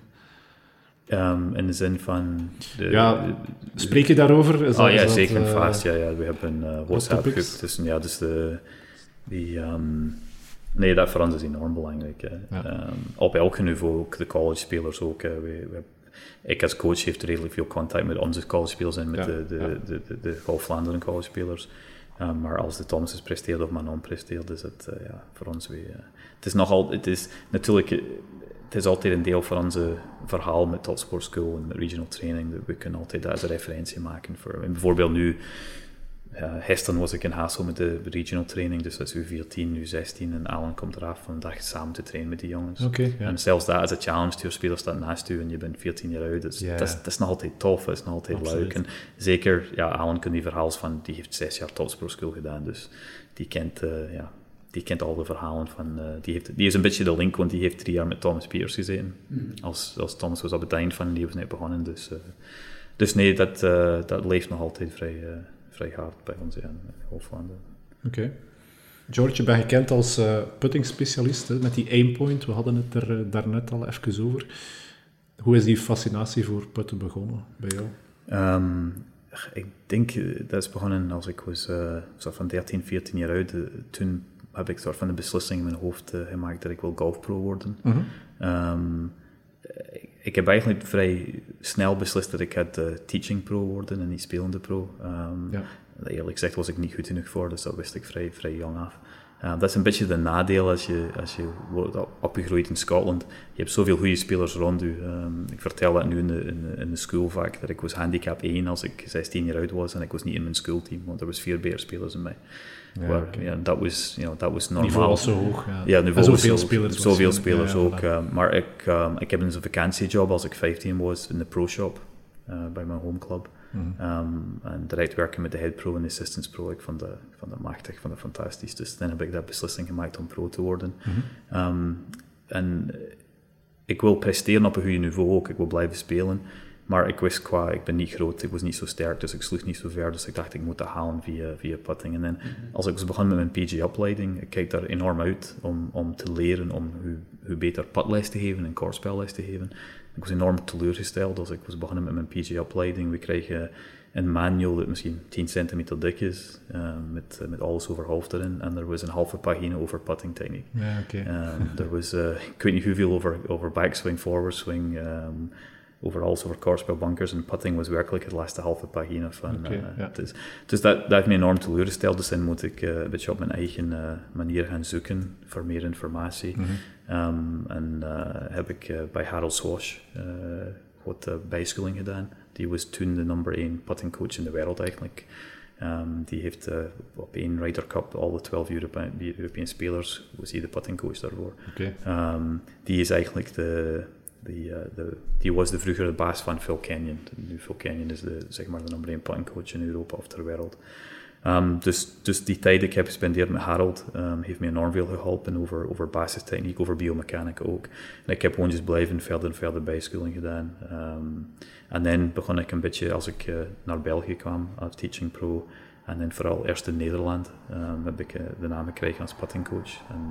Um, in de zin van... De, ja, de, de, spreek je daarover? Is oh dat, ja, is zeker en uh, vast. Ja, ja, we hebben een uh, WhatsApp-groep tussen... Ja, dus de... Die, um, nee, dat voor ons is enorm belangrijk. Ja. Um, op elk niveau, ook de college-spelers ook. Uh, we, we, ik als coach heeft redelijk veel contact met onze college-spelers en met ja, de, de, ja. de, de, de, de Golf Vlaanderen college-spelers. Um, maar als de Thomases presteert of Manon presteert, is het uh, ja, voor ons weer... Uh, het is nogal... Het is natuurlijk... Uh, Het is altijd een deel van onze verhaal met Topsport School en met regional training. We kunnen altijd dat als een referentie maken. Voor, bijvoorbeeld nu, uh, gisteren was ik in Hasselt met de regional training, dus dat is U veertien, U zestien, en Alan komt eraf om een dag samen te trainen met die jongens. Okay, ja. En zelfs daar, als een challenge tour speler staat naast u en je bent veertien jaar oud, dus yeah. dat, is, dat is nog altijd tof, dat is nog altijd Absoluut. leuk. En zeker, ja, Alan kent die verhaal van, die heeft zes jaar Topsport School gedaan, dus die kent... Uh, ja, Die kent al de verhalen van... Uh, die, heeft, die is een beetje de link, want die heeft drie jaar met Thomas Pieters gezeten. Mm. Als, als Thomas was op het eind van die was net begonnen. Dus, uh, dus nee, dat, uh, dat leeft nog altijd vrij, uh, vrij hard bij ons ja, in Hoofdlanden. Oké. Okay. George, je bent gekend als uh, putting-specialist, hè, met die aimpoint. We hadden het er uh, daarnet al even over. Hoe is die fascinatie voor putten begonnen bij jou? Um, ik denk, dat is begonnen als ik was uh, zo van dertien, veertien jaar oud. Uh, toen heb ik soort van de beslissing in mijn hoofd uh, gemaakt dat ik wil golfpro worden. Mm-hmm. Um, ik, ik heb eigenlijk vrij snel beslist dat ik het uh, teaching pro worden en niet spelende pro. Um, ja. Eerlijk gezegd was ik niet goed genoeg voor, dus dat wist ik vrij, vrij jong af. Uh, dat is een beetje de nadeel als je, als je wordt opgegroeid in Scotland. Je hebt zoveel goede spelers rond je. Um, ik vertel dat nu in de, in, de, in de school vaak, dat ik was handicap één als ik zestien jaar oud was en ik was niet in mijn schoolteam, want er was vier beter spelers dan mij. Ja, Waar, okay. ja, dat was, you know, dat was normaal. Niveau was zo hoog. Ja, ja niveau en zoveel zo, spelers. Zoveel spelers ja, ja, ook. Ja, uh, maar ik, um, ik heb een vakantiejob als ik vijftien was in de pro-shop uh, bij mijn homeclub. Mm-hmm. Um, en direct werken met de head pro en de assistants pro, ik vond dat, ik vond dat machtig, ik vond dat fantastisch. Dus dan heb ik dat beslissing gemaakt om pro te worden. Mm-hmm. Um, en ik wil presteren op een goed niveau ook, ik wil blijven spelen. Maar ik wist qua, ik ben niet groot, ik was niet zo sterk, dus ik sloeg niet zo ver. Dus ik dacht, ik moet dat halen via, via putting. En dan, mm-hmm. als ik was begonnen met mijn P G-opleiding, ik kijk daar enorm uit om, om te leren, om hoe, hoe beter putles te geven en kortspelles te geven. Ik was enorm teleurgesteld als ik was begonnen met mijn P G-opleiding. We kregen een manual dat misschien tien centimeter dik is, uh, met, met alles over half erin. En er was een halve pagina over putting techniek. Ja, okay. um, er was, uh, ik weet niet hoeveel over, over backswing, forward swing, um, over alles over kortspel, bunkers en putting was werkelijk het laatste halve pagina van. Okay, uh, ja. Dus, dus dat, dat heeft me enorm teleurgesteld. Dus dan moet ik uh, een beetje op mijn eigen uh, manier gaan zoeken voor meer informatie. Mm-hmm. Um, en uh, heb ik uh, bij Harold Swash uh, wat uh, bijscholing gedaan. Die was toen de number één putting coach in de wereld eigenlijk. Um, die heeft uh, op één Ryder Cup alle twaalf Europe- Europese spelers, was hij de putting coach daarvoor. Okay. Um, die is eigenlijk de... Die, uh, de, die was de vroegere baas van Phil Kenyon. Nu Phil Kenyon is de, zeg maar de nummer één putting coach in Europa of ter wereld. Um, dus, dus die tijd die ik heb gespendeerd met Harold um, heeft me enorm veel geholpen over, over basistechniek, over biomechaniek ook. En ik heb gewoon eens blijven verder en verder bijscholing gedaan. Um, en dan begon ik een beetje, als ik uh, naar België kwam, als teaching pro, en dan vooral eerst in Nederland, um, heb ik uh, de naam gekregen als putting coach. En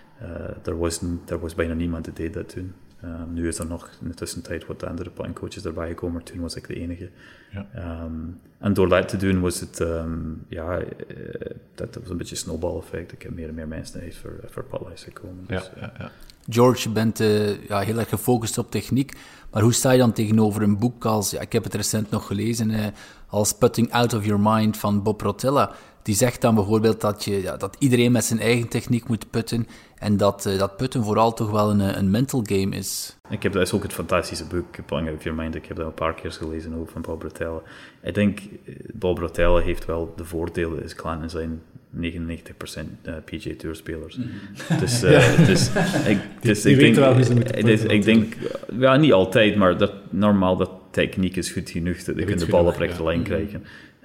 uh, er was, er was bijna niemand die deed dat toen. Um, nu is er nog in de tussentijd wat andere putting coaches erbij gekomen, maar toen was ik de enige. Ja. Um, en door dat te doen was het, um, ja, uh, dat was een beetje een snowball effect. Ik heb meer en meer mensen die voor, voor putles gekomen. Dus, ja, ja, ja. George, je bent uh, ja, heel erg gefocust op techniek, maar hoe sta je dan tegenover een boek als, ja, ik heb het recent nog gelezen, uh, als Putting Out of Your Mind van Bob Rotella. Die zegt dan bijvoorbeeld dat, je, ja, dat iedereen met zijn eigen techniek moet putten en dat, uh, dat putten vooral toch wel een, een mental game is. Ik heb, dat is ook het fantastische boek, Putting Out of Your Mind. Ik heb dat een paar keer gelezen ook van Bob Rotella. Ik denk, Bob Rotella heeft wel de voordelen, is klanten zijn negenennegentig procent uh, P G A Tour spelers. Mm. Dus, uh, ja. dus, ik, dus die, ik die denk, wel hoe ze moeten putten, dus, ik denk, ja, niet altijd, maar dat, normaal dat techniek is goed genoeg dat je de bal op rechte lijn ja. krijgen.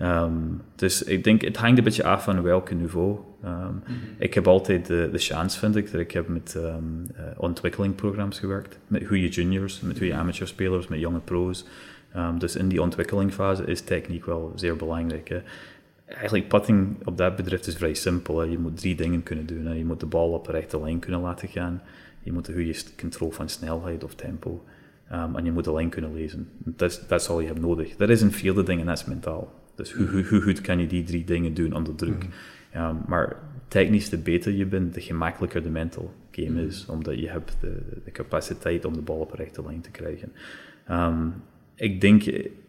Um, dus ik denk, het hangt een beetje af van welk niveau. Um, mm-hmm. Ik heb altijd de, de chance, vind ik, dat ik heb met um, uh, ontwikkelingprogramma's gewerkt. Met goede juniors, met goede amateurspelers, met jonge pro's. Um, dus in die ontwikkelingfase is techniek wel zeer belangrijk. Hè. Eigenlijk, putting op dat bedrijf is vrij simpel. Hè. Je moet drie dingen kunnen doen. Hè. Je moet de bal op de rechte lijn kunnen laten gaan. Je moet een goede controle van snelheid of tempo. Um, en je moet de lijn kunnen lezen. Dat is, dat is al je hebt nodig. Dat is een vierde ding en dat is mentaal. Dus hoe, hoe, hoe goed kan je die drie dingen doen onder druk? Mm-hmm. Um, maar technisch, de beter je bent, de gemakkelijker de mental game mm-hmm. is. Omdat je hebt de, de capaciteit om de bal op de rechte lijn te krijgen. Um, ik denk,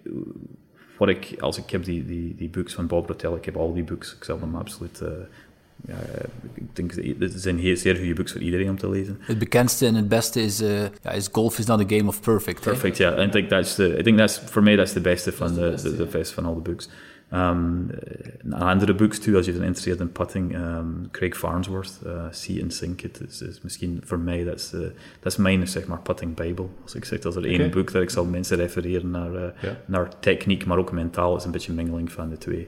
wat ik, als ik heb die, die, die books van Bob Rotella, ik heb al die books, ik zal hem absoluut... Uh, ja, ik denk, het zijn heel, zeer goede books voor iedereen om te lezen. Het bekendste en het beste is, uh, ja, is Golf is not a game of perfect. Perfect, ja. En ik denk dat is de, ik denk dat is, voor mij dat is de beste van de, de, de, de beste van al de books. Um, andere books toe, als je bent geïnteresseerd in putting, um, Craig Farnsworth, uh, See and Sink It, is, is misschien voor mij, dat is, uh, dat is mijn, zeg maar, putting bible. Als ik zeg, dat is er één okay. boek dat ik zal mensen refereren naar, uh, ja. naar techniek, maar ook mentaal, is een beetje een mengeling van de twee.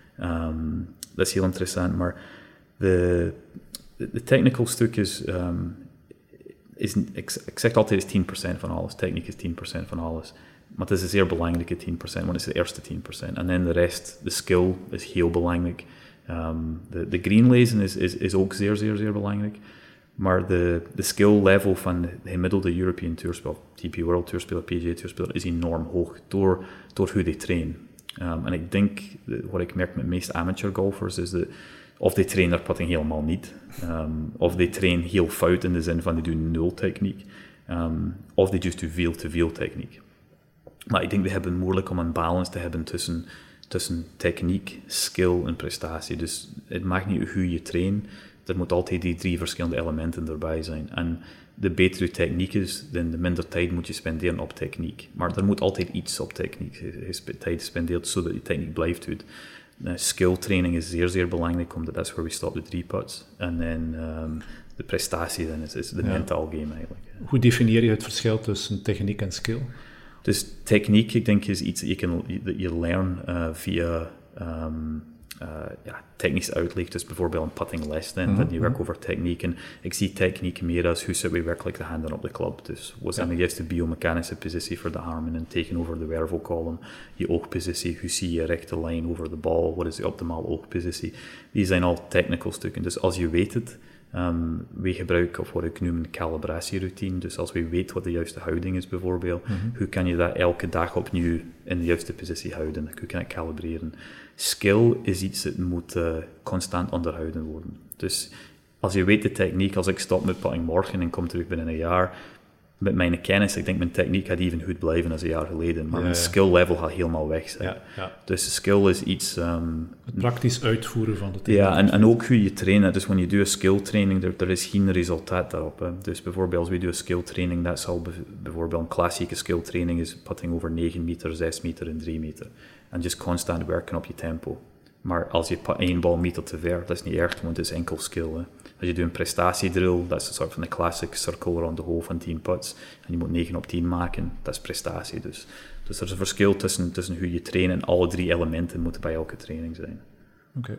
Um, dat is heel interessant, maar de, de, de technical stukjes, um, is, ik, ik zeg altijd, is tien procent van alles. Techniek is tien procent van alles. Maar het is een zeer belangrijke tien procent, want het is de eerste tien procent. En dan de rest, de skill, is heel belangrijk. Um, de, de green lezen is, is, is ook zeer, zeer, zeer belangrijk. Maar de, de skill level van de gemiddelde European Tourspeler, T P World Tourspeler, P G A Tourspeler, is enorm hoog door, door hoe die trainen. Um, en ik denk, wat ik merk met de meeste amateur golfers, is dat of die trainen haar putting helemaal niet, um, of die trainen heel fout in de zin van die doen nul techniek, um, of die just doen veel te veel techniek. Maar ik denk we hebben moeilijk om een balance te hebben tussen, tussen techniek, skill en prestatie. Dus het maakt niet hoe je traint, er moet altijd die drie verschillende elementen erbij zijn. En de betere je techniek is, dan de minder tijd moet je spenderen op techniek. Maar er moet altijd iets op techniek. Je tijd spendeert zodat je techniek blijft doen. Uh, skill training is zeer, zeer belangrijk, omdat dat is waar we stop de drie putts. En dan um, de prestatie dan is, is de ja. mentaal game eigenlijk. Hoe definieer je het verschil tussen techniek en skill? Dus techniek, ik denk, is iets dat je, kan, je leert uh, via um, uh, ja, technisch uitleg. Dus bijvoorbeeld een putting les, dan mm-hmm. je werkt over techniek. En ik zie techniek meer als hoe zitten we werkelijk de handen op de club. Dus wat zijn ja. de juiste biomechanische positie voor de armen en tegenover de wervelkolom, je oogpositie, hoe zie je rechte lijn over de bal, wat is de optimale oogpositie. Die zijn al technical stukken. Dus als je weet het, Um, we gebruiken of wat ik noem een calibratieroutine. Dus als we weten wat de juiste houding is bijvoorbeeld, mm-hmm. hoe kan je dat elke dag opnieuw in de juiste positie houden? Hoe kan je calibreren? Skill is iets dat moet uh, constant onderhouden worden. Dus als je weet de techniek, als ik stop met putting morgen en kom terug binnen een jaar, met mijn kennis, ik denk mijn techniek gaat even goed blijven als een jaar geleden, maar ja, mijn ja. skill level gaat helemaal weg zijn. Ja, ja. Dus skill is iets... Um, het praktisch uitvoeren van de techniek. Ja, en, en ook hoe je traint. Dus wanneer je doet een skill training, er, er is geen resultaat daarop. Hè. Dus bijvoorbeeld als we doen een skill training, dat zal bijvoorbeeld een klassieke skill training is putting over negen meter, zes meter en drie meter. En just constant werken op je tempo. Maar als je één bal meter te ver, dat is niet erg, want het is enkel skill. Hè. Als je doet een prestatiedrill, dat is een soort van een classic circle rond de hoofd van tien putts. En je moet negen op tien maken, dat is prestatie. Dus, dus er is een verschil tussen, tussen hoe je traint en alle drie elementen moeten bij elke training zijn. Oké. Okay.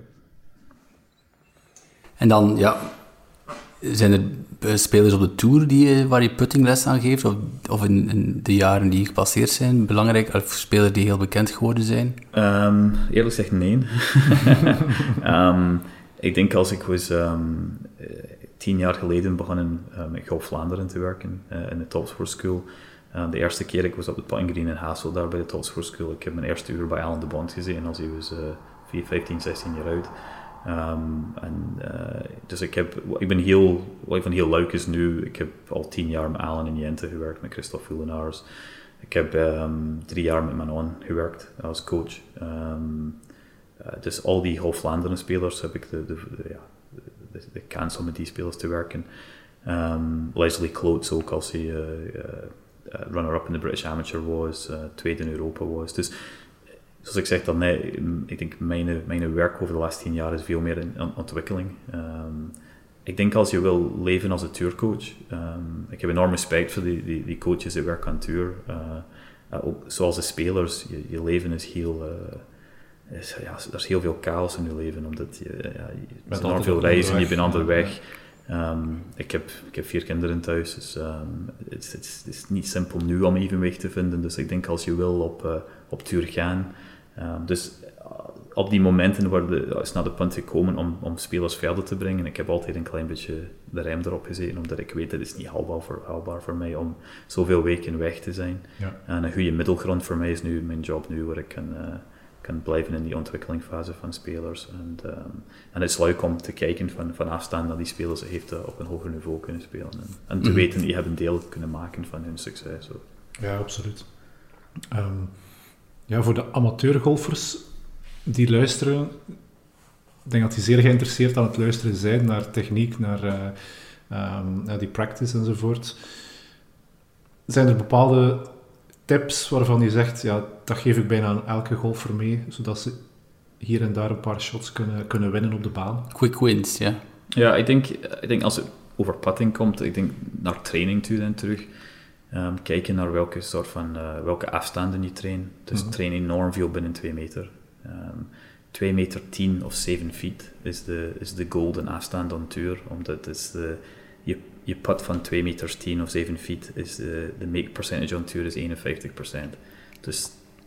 En dan, ja, zijn er spelers op de Tour die, waar je puttingles aan geeft, of, of in, in de jaren die gepasseerd zijn, belangrijk, of spelers die heel bekend geworden zijn? Um, eerlijk gezegd, nee. um, ik denk als ik was um, tien jaar geleden begonnen um, in Golf Vlaanderen te werken, uh, in de Topsport School. Uh, de eerste keer ik was op de putting green in Hasselt, daar bij de Topsport School. Ik heb mijn eerste uur bij Alan de Bond gezien als hij was uh, vijftien, zestien jaar oud. Um, en, uh, dus ik, heb, ik ben heel, wat ik van heel leuk is nu, ik heb al tien jaar met Alan in Jente gewerkt, met Christophe Foulenaars. Ik heb um, drie jaar met Manon gewerkt als coach. Um, uh, dus al die Golf Vlaanderen spelers heb ik de, de, de, ja, de, de kans om met die spelers te werken. Um, Leslie Klootz ook als hij uh, uh, runner-up in de British Amateur was, uh, tweede in Europa was. Dus zoals ik zeg, dan, nee, ik denk mijn, mijn werk over de laatste tien jaar is veel meer in ontwikkeling. Um, ik denk als je wil leven als een tourcoach, um, ik heb enorm respect voor die, die, die coaches die werken aan tour. Uh, uh, ook zoals de spelers, je, je leven is heel... Uh, is, ja, er is heel veel chaos in je leven, omdat je, ja, je bent enorm veel reizen, je bent onderweg. Um, ik, heb, ik heb vier kinderen thuis, dus um, het, het, het is niet simpel nu om evenwicht te vinden. Dus ik denk als je wil op, uh, op tour gaan, um, dus uh, op die momenten waar de, is naar de punt gekomen om, om spelers verder te brengen. Ik heb altijd een klein beetje de rem erop gezeten, omdat ik weet dat het is niet haalbaar voor, haalbaar voor mij om zoveel weken weg te zijn. Ja. En een goede middelgrond voor mij is nu mijn job nu, waar ik kan... Uh, kan blijven in die ontwikkelingsfase van spelers. En, um, en het is leuk om te kijken van, van afstand naar die spelers heeft uh, op een hoger niveau kunnen spelen. En, en te mm-hmm. weten, die hebben deel kunnen maken van hun succes. Ook. Ja, absoluut. Um, ja, voor de amateurgolfers die luisteren, ik denk dat die zeer geïnteresseerd aan het luisteren zijn naar techniek, naar, uh, um, naar die practice enzovoort. Zijn er bepaalde tips waarvan je zegt, ja, dat geef ik bijna aan elke golfer mee, zodat ze hier en daar een paar shots kunnen, kunnen winnen op de baan? Quick wins, ja. Ja, ik denk, ik denk als het over putting komt, ik denk naar training toe en terug. Um, kijken naar welke soort van, uh, welke afstanden je traint. Dus mm-hmm. train enorm veel binnen twee meter. Um, twee meter tien of zeven feet is de, is de golden afstand on tour, omdat het is de, je Je put van twee meter tien of zeven feet is de, de make percentage on tour is eenenvijftig procent. Dus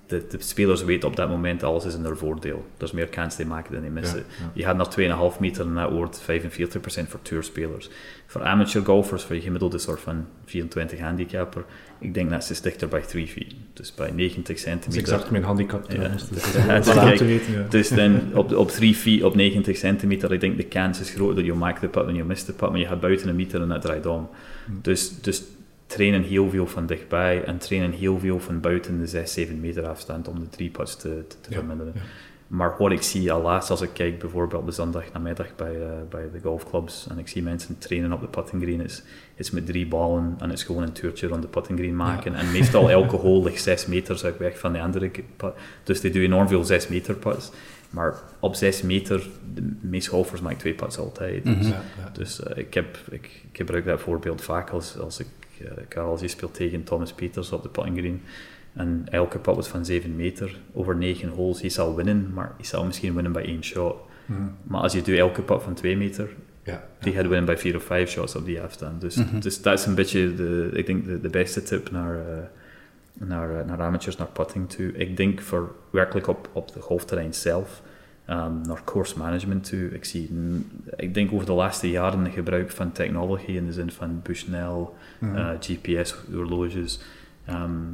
de, de spelers weten op dat moment alles is in hun voordeel. Er is meer kans die maken dan die missen. Ja, ja. Je gaat naar twee komma vijf meter en dat wordt vijfenveertig procent voor tourspelers. Voor amateur golfers, voor je gemiddelde soort van vierentwintig handicapper, ik denk dat ze dichter bij drie feet. Dus bij negentig centimeter. Dat is exact mijn handicap trouwens. Ja, Dus dus, dat is ja, wel kijk, te weten, ja. Dus dan op, op drie feet, op negentig centimeter, ik denk de kans is groot dat je maakt de put en je mist de put, maar je gaat buiten een meter en dat draait om. Hmm. Dus, dus trainen heel veel van dichtbij en trainen heel veel van buiten de zes, zeven meter afstand om de drie putts te, te, te ja, verminderen. Ja. Maar wat ik zie al laatst als ik kijk bijvoorbeeld de zondagnamiddag bij, uh, bij de golfclubs en ik zie mensen trainen op de putting green is, is met drie ballen en is gewoon een tuurtje rond de putting green maken. Ja. En meestal elke hole ligt zes meter zeg weg van de andere put. Dus die doen enorm veel zes meter putts. Maar op zes meter, de meeste golfers maken twee putts altijd. Mm-hmm. Dus, ja, ja. dus uh, ik, heb, ik, ik gebruik dat voorbeeld vaak als, als ik, uh, Karel, je speelt tegen Thomas Pieters op de putting green. En elke put was van zeven meter, over negen holes. Hij zal winnen, maar hij zal misschien winnen bij één shot. Mm-hmm. Maar als je doet elke put van twee meter, ja, die ja. gaat winnen bij vier of vijf shots op die afstand. Dus, mm-hmm. dus dat is een beetje, de, ik denk, de, de beste tip naar, uh, naar, naar amateurs, naar putting toe. Ik denk voor werkelijk op, op de golfterrein zelf, um, naar course management toe. Ik, zie, ik denk over de laatste jaren een gebruik van technologie in de zin van Bushnell, mm-hmm. uh, G P S-horloges. Um,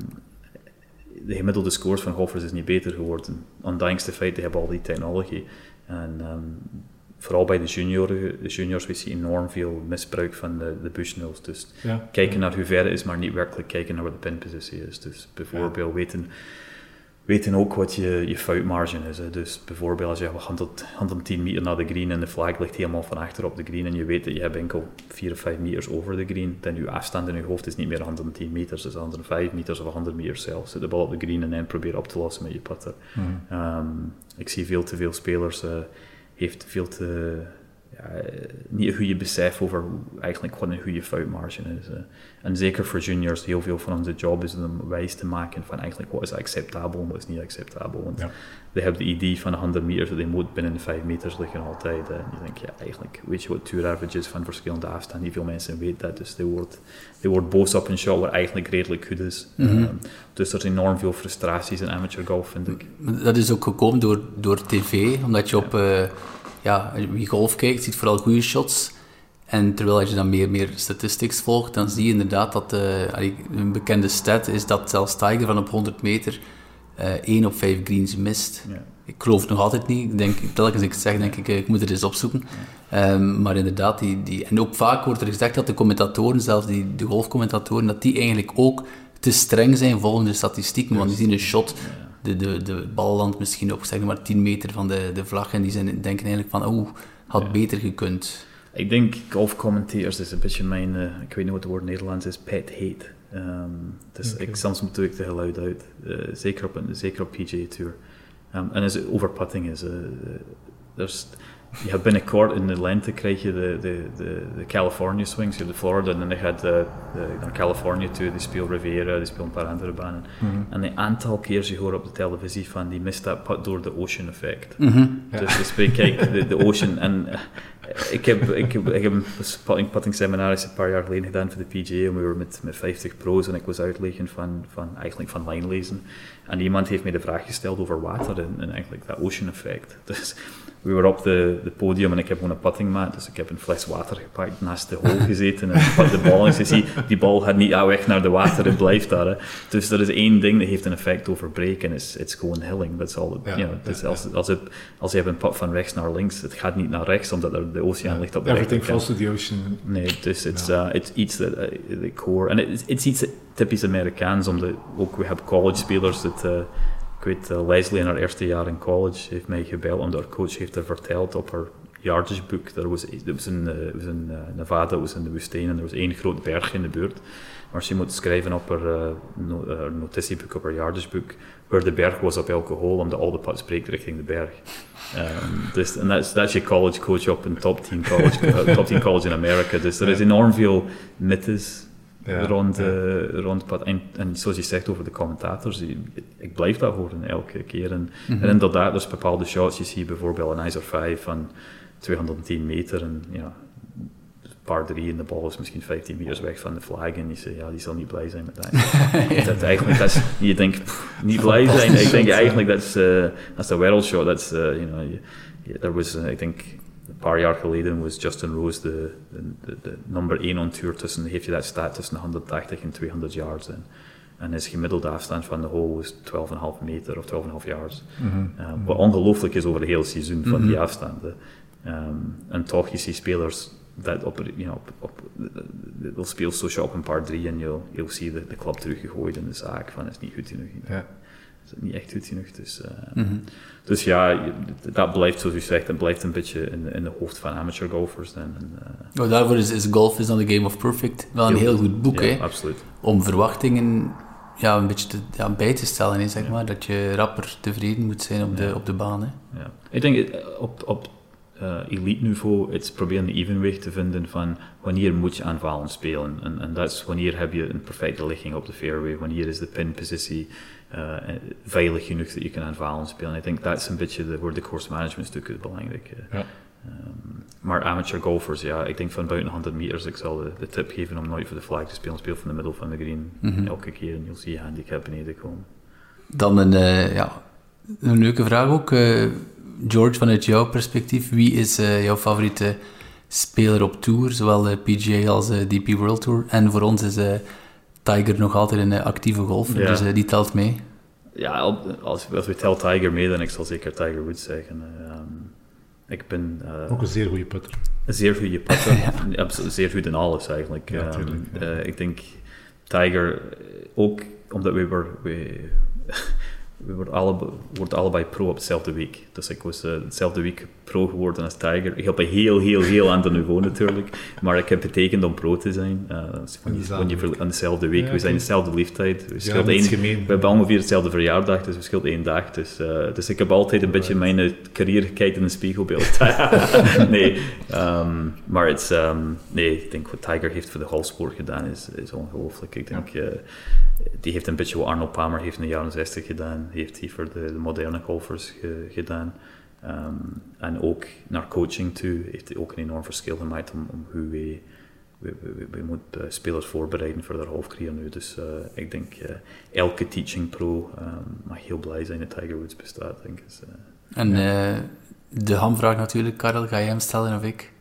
de gemiddelde scores van golfers is niet beter geworden, ondanks de feit dat hebben al die technologie. En um, vooral bij de, junioren, de juniors, we zien enorm veel misbruik van de, de Bushnells. Dus ja. kijken naar hoe ver het is, maar niet werkelijk kijken naar wat de pinpositie is. Dus bijvoorbeeld ja. weten, weten ook wat je, je foutmargin is. Hè. Dus bijvoorbeeld als je honderdtien meter naar de green en de flag ligt helemaal van achter op de green en je weet dat je hebt enkel vier of vijf meters over de green, dan je afstand in je hoofd is niet meer honderdtien meters, het is honderdvijf meters of honderd meters zelfs. Zet de bal op de green en dan probeer op te lossen met je putter. Mm. Um, ik zie veel te veel spelers, uh, heeft veel te... Ja, niet een goede besef over eigenlijk wat een goede foutmargin is. Uh. En zeker voor juniors, heel veel van onze job is om wijs te maken van eigenlijk wat is acceptabel en wat is niet acceptabel. Want ja. die hebben de idee van honderd meters, die moet binnen de vijf meters liggen altijd. Uh. En je denkt, ja, eigenlijk weet je wat tour average is van verschillende afstanden. Niet veel mensen weten dat, dus die wordt, die wordt boos op een shot waar eigenlijk redelijk goed is. Mm-hmm. Um, dus er is enorm veel frustraties in amateur golf, vind ik. Dat is ook gekomen door, door tv, omdat je op... Uh, Ja, wie golf kijkt, ziet vooral goede shots. En terwijl als je dan meer, meer statistics volgt, dan zie je inderdaad dat uh, een bekende stat is dat zelfs Tiger van op honderd meter uh, één op vijf greens mist. Ja. Ik geloof het nog altijd niet. Ik denk, telkens ik het zeg, denk ik, ik moet het eens opzoeken. Ja. Um, maar inderdaad, die, die, en ook vaak wordt er gezegd dat de commentatoren, zelfs die, de golfcommentatoren, dat die eigenlijk ook te streng zijn volgens de statistieken. Want die zien een shot... Ja. De, de, de bal landt misschien op zeg maar tien meter van de, de vlag en die zijn, denken eigenlijk van, oh, had ja. beter gekund. Ik denk, golfcommentators is een beetje mijn, uh, ik weet niet wat het woord Nederlands is, pet hate. Um, dus okay. ik, soms doe ik de geluid uit, uh, zeker, op een, zeker op P G A Tour. Um, en als het over putting is, uh, there's, je hebt binnenkort in de lente krijg je de, de, de, de California swings, je hebt de Florida en dan gaat de, de, naar California toe, die speelt Riviera, die speelt een paar andere banen. Mm-hmm. En een aantal keer je hoort op de televisie van die mist dat put door de ocean effect. Mm-hmm. Ja. Dus je spreekt, kijk, de, de ocean en uh, ik heb, ik heb, ik heb een putting, putting seminaris een paar jaar geleden gedaan voor de P G A en we waren met, met vijftig pro's en ik was uitleggen van, van eigenlijk van lijnlezen. En iemand heeft mij de vraag gesteld over water en, en eigenlijk dat ocean effect. Dus we waren op de, de podium en ik heb gewoon een puttingmat, dus ik heb een fles water gepakt, naast de hole gezeten en pak de bal en je ziet, die bal gaat niet weg naar de water, het blijft daar. Hè. Dus dat is één ding dat heeft een effect over breken, is het is gewoon hilling. Dat is al, ja, you know, dus ja, als, ja. als, het, als je hebt een put van rechts naar links, het gaat niet naar rechts, omdat er de oceaan ja. ligt op de Everything falls to the ocean. Nee, dus het ja. uh, is iets dat uh, de core, en het is iets typisch Amerikaans, omdat ook we hebben college spelers dat... Uh, Ik weet, uh, Leslie in haar eerste jaar in college heeft mij gebeld, omdat haar coach heeft haar verteld op haar yardage book. Er was, er was in, uh, was in uh, Nevada, was in de woestijn en er was één groot berg in de buurt. Maar ze moet schrijven op haar, uh, no, uh, notitieboek, op haar yardage book, waar de berg was op elke hole, omdat al de pad spreekt richting de berg. Um, dus, en dat is, dat is je college coach op een top tien college, uh, top tien college in Amerika. Dus er is enorm veel mythes. Ja, rond, ja. Uh, rond en, en zoals je zegt over de commentators, ik blijf dat horen elke keer. En, mm-hmm. en inderdaad, er zijn bepaalde shots, je ziet bijvoorbeeld een ISO vijf van tweehonderdtien meter en ja, par drie en de bal is misschien vijftien meters weg van de flag en die zei, ja, die zal niet blij zijn met dat. ja. dat eigenlijk, dat is, je denkt, pff, niet blij zijn. Ik denk eigenlijk, dat is uh, de wereldshot. Dat is, uh, you know, yeah, there was, uh, ik denk, een paar jaar geleden was Justin Rose de, de, de number één on tour tussen, heeft je dat staat tussen honderdtachtig en tweehonderd yards en, en his gemiddelde afstand van de hole was twaalf komma vijf meter of twaalf komma vijf yards. Mm-hmm. Uh, wat ongelooflijk is over het hele seizoen van mm-hmm. die afstanden. Um, en toch, je ziet spelers dat op, you know, op, op de speel social op een paar drie en je you'll see de, de klap teruggegooid in de zaak van, het is niet goed genoeg. Ja. Is het niet echt goed genoeg. Dus, uh, mm-hmm. dus ja, dat blijft, zoals u zegt, dat blijft een beetje in, in de hoofd van amateur golfers. En, en, uh, oh, daarvoor is, is Golf is dan The Game of Perfect wel een heel, heel goed boek, ja, hè? Absoluut. Om verwachtingen ja, een beetje te, ja, bij te stellen, hè, zeg ja. maar, dat je rapper tevreden moet zijn op de, ja. op de baan. Hè? Ja. Ik denk op, op uh, elite niveau, het proberen een evenwicht te vinden van wanneer moet je aanvallend spelen. En, en dat is wanneer heb je een perfecte ligging op de fairway, wanneer is de pinpositie uh, veilig genoeg dat je kan aanvallend spelen. Ik denk dat is een beetje de, voor de course management stuk is belangrijk. Ja. Um, maar amateur golfers, ja, ik denk van buiten honderd meters, ik zal de, de tip geven om nooit voor de flag te spelen, speel van de middel van de green, mm-hmm. elke keer, en you'll see je handicap beneden komen. Dan een, uh, ja, een leuke vraag ook, uh, George, vanuit jouw perspectief, wie is uh, jouw favoriete speler op tour, zowel de P G A als de D P World Tour, en voor ons is uh, Tiger nog altijd een uh, actieve golfer, ja. dus uh, die telt mee. Ja, als, als we telt Tiger mee, dan ik zal zeker Tiger Woods zeggen. Um, Ik ben... Uh, ook een zeer goede putter. Een zeer goede putter. ja. Zeer goed in alles eigenlijk. Ja, tuurlijk, um, ja. uh, ik denk Tiger, ook omdat we were, we, we were alle, worden allebei pro op hetzelfde week. Dus ik was uh, hetzelfde week pro geworden als Tiger. Ik heb een heel, heel, heel ander niveau natuurlijk. Maar ik heb betekend om pro te zijn. Uh, wanneer je aan dezelfde week, ja, we zijn dezelfde leeftijd. We, ja, één, we hebben ongeveer hetzelfde verjaardag, dus we scheelt één dag. Dus, uh, dus ik heb altijd een beetje mijn uh, carrière gekeken in een spiegelbeeld. nee, um, maar het, um, nee, ik denk wat Tiger heeft voor de golfsport gedaan is, is ongelooflijk. Ik denk, ja. uh, die heeft een beetje wat Arnold Palmer heeft in de jaren zestig gedaan, heeft hij voor de, de moderne golfers ge, gedaan. Um, en ook naar coaching toe heeft hij ook een enorm verschil gemaakt om, om hoe wij we, we, we, we moeten uh, spelers voorbereiden voor de golfcarrière nu. Dus uh, ik denk uh, elke teaching pro um, mag heel blij zijn dat Tiger Woods bestaat, denk ik. Dus, uh, en ja. uh, de hamvraag natuurlijk, Karel, ga jij hem stellen of ik?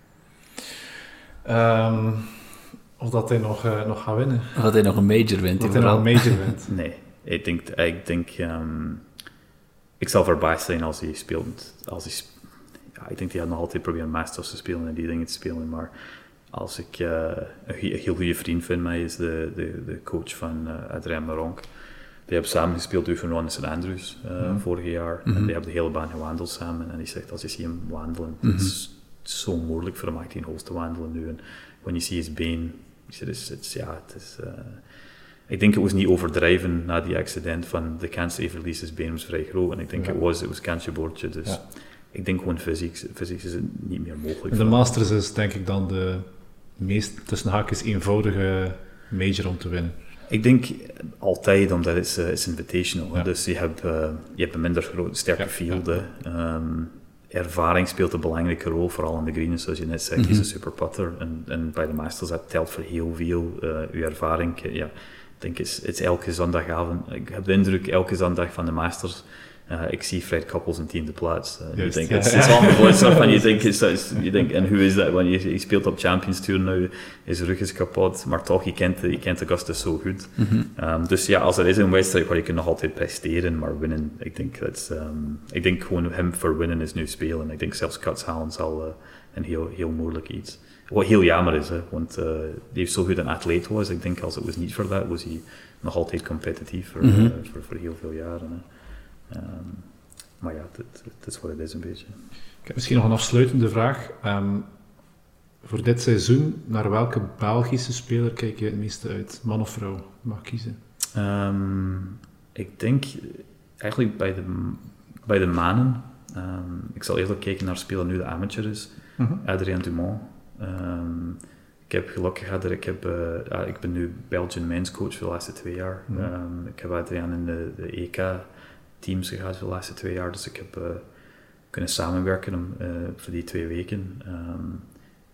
Um, of dat hij nog, uh, nog gaat winnen. Of dat hij nog een major wint. Dat hij nog een major wint. Nee, ik denk... Ik denk um, Ik zal verbaasd zijn als hij speelt. Als hij sp- ja, ik denk dat hij nog altijd proberen Masters te spelen en die dingen te spelen. Maar als ik uh, een, een heel goede vriend van mij is de, de, de coach van uh, Adrien Maronk. Die hebben samen gespeeld door Ron in Saint Andrews uh, mm-hmm. vorig jaar. Mm-hmm. En die hebben de hele baan gewandeld samen. En die zegt, als je ziet hem wandelen, mm-hmm. het is zo moeilijk voor hem achttien holes te wandelen nu. En wanneer je ziet his been, het is, het is, ja, het is... Uh, Ik denk het was niet overdrijven na die accident van de kans dat hij verliest is been was vrij groot. En ik denk ja. het was, het was kansje boordje. Dus ja. ik denk gewoon fysiek, fysiek is het niet meer mogelijk. En de Masters is denk ik dan de meest tussen haakjes eenvoudige major om te winnen. Ik denk altijd, omdat het is, uh, is invitational. Ja. Dus je hebt, uh, je hebt een minder groot, sterke ja. field. Ja. Um, ervaring speelt een belangrijke rol, vooral in de greens, zoals je net zei. Mm-hmm. Hij is een super putter. En, en bij de Masters dat telt voor heel veel. Uh, je ervaring, ja. Ik denk, het is, het is elke zondagavond. Ik heb de indruk, elke zondag van de Masters, uh, ik zie Fred Couples in tiende plaats. Uh, je denkt, ja. het is allemaal van je denkt, is, is, je denkt, en hoe is dat? Want je, je speelt op Champions Tour nu, his rug is kapot, maar toch, je kent, je kent Augusta zo goed. Mm-hmm. Um, dus ja, als er is een wedstrijd waar je kunt nog altijd presteren, maar winnen, ik denk, dat um, ik denk gewoon hem voor winnen is nu spelen. Ik denk zelfs cuts halen zal uh, een heel, heel moeilijk iets. Wat heel jammer is, hè, want uh, die heeft zo goed een atleet was. Ik denk als het was niet voor dat, was hij nog altijd competitief voor, mm-hmm. uh, voor, voor heel veel jaren. Hè. Um, maar ja, het is wat het is een beetje. Ik heb misschien nog een afsluitende vraag. Um, voor dit seizoen, naar welke Belgische speler kijk je het meeste uit? Man of vrouw? Mag kiezen. Um, ik denk eigenlijk bij de, bij de mannen. Um, ik zal eerlijk kijken naar speler nu de amateur is. Mm-hmm. Adrien Dumont. Um, ik heb gelukkig gehad dat ik heb, uh, uh, ik ben nu Belgian men's coach voor de laatste twee jaar. Mm. Um, ik heb Adriaan in de, de E K-teams gehad voor de laatste twee jaar, dus ik heb uh, kunnen samenwerken om, uh, voor die twee weken. Um,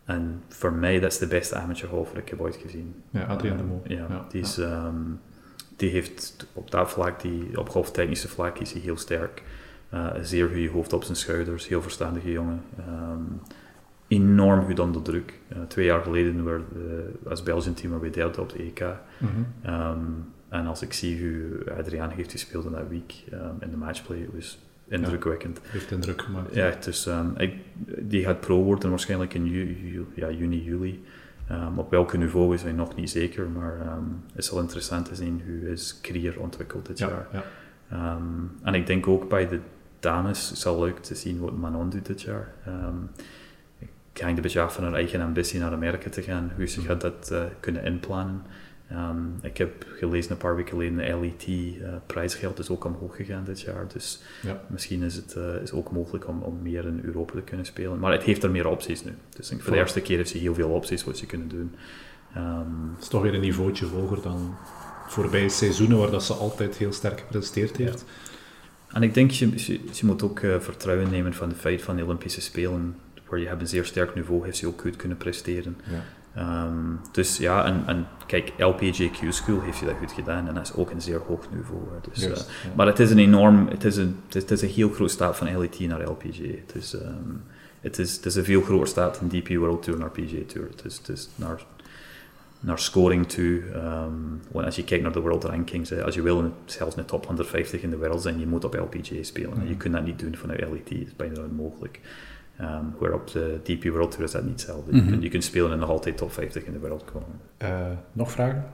En voor mij, dat is de beste amateur golfer ik heb ooit gezien. Ja, Adriaan de Mol. Uh, ja, ja, die, is, ja. Um, die heeft op dat vlak, die, op golftechnische vlak is hij heel sterk. Uh, een zeer goede hoofd op zijn schouders, heel verstandige jongen. Um, enorm goed onder druk. Uh, twee jaar geleden werd uh, als Belgian team weer derde op de E K. Mm-hmm. Um, en als ik zie hoe Adriaan heeft gespeeld in dat week, um, in de matchplay, was indrukwekkend. Ja, heeft indruk gemaakt. Ja, dus um, ik, die gaat pro worden waarschijnlijk in ju, ju, ja, juni, juli. Um, op welk niveau is hij nog niet zeker, maar um, het is wel interessant te zien hoe hij carrière ontwikkelt dit ja, jaar. Ja. Um, en ik denk ook bij de dames is het leuk te zien wat Manon doet dit jaar. Um, ik hang een beetje af van haar eigen ambitie naar Amerika te gaan, hoe ze gaat dat uh, kunnen inplannen. Um, ik heb gelezen een paar weken geleden, de L E T uh, prijsgeld is ook omhoog gegaan dit jaar, dus ja. misschien is het uh, is ook mogelijk om, om meer in Europa te kunnen spelen. Maar het heeft er meer opties nu. Dus ik, voor de eerste keer heeft ze heel veel opties wat ze kunnen doen. Um, het is toch weer een niveautje hoger dan voorbije seizoenen, waar dat ze altijd heel sterk gepresteerd heeft. Ja. En ik denk, je, je, je moet ook uh, vertrouwen nemen van de feit van de Olympische Spelen, waar je hebt een zeer sterk niveau, heeft ze ook goed kunnen presteren. Ja. Um, dus ja, en, en kijk, L P G A Q School heeft je dat goed gedaan en dat is ook een zeer hoog niveau. Dus, Just, uh, ja. Maar het is een enorm, het is een, het is, het is een heel groot stap van L E T naar L P G A. Het is, um, het is, het is een veel groter stap van D P World Tour naar P G A Tour. Het is, het is naar, naar scoring toe. Um, als je kijkt naar de world rankings, eh, als je wil zelfs een top honderdvijftig in de wereld zijn, je moet op L P G A spelen. Mm. En je kunt dat niet doen vanuit L E T, dat is bijna onmogelijk. Um, waar op de D P World Tour is dat niet hetzelfde. Mm-hmm. Je, kunt, je kunt spelen en nog altijd top vijftig in de wereld komen. Uh, nog vragen?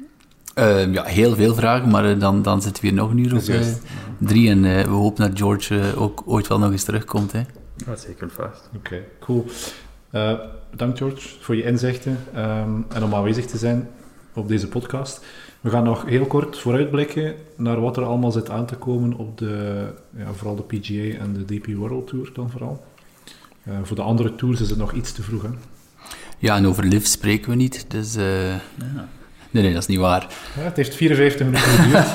Uh, ja, heel veel vragen, maar uh, dan, dan zitten we hier nog een uur op uh, drie. En uh, we hopen dat George uh, ook ooit wel nog eens terugkomt. Hè. Ja, zeker vast. Oké, okay, cool. Uh, bedankt George voor je inzichten um, en om aanwezig te zijn op deze podcast. We gaan nog heel kort vooruitblikken naar wat er allemaal zit aan te komen op de, ja, vooral de P G A en de D P World Tour dan vooral. Uh, voor de andere tours is het nog iets te vroeg, hè? Ja, en over L I V spreken we niet, dus... Uh... Ja. Nee, nee, dat is niet waar. Ja, het heeft vierenvijftig minuten geduurd.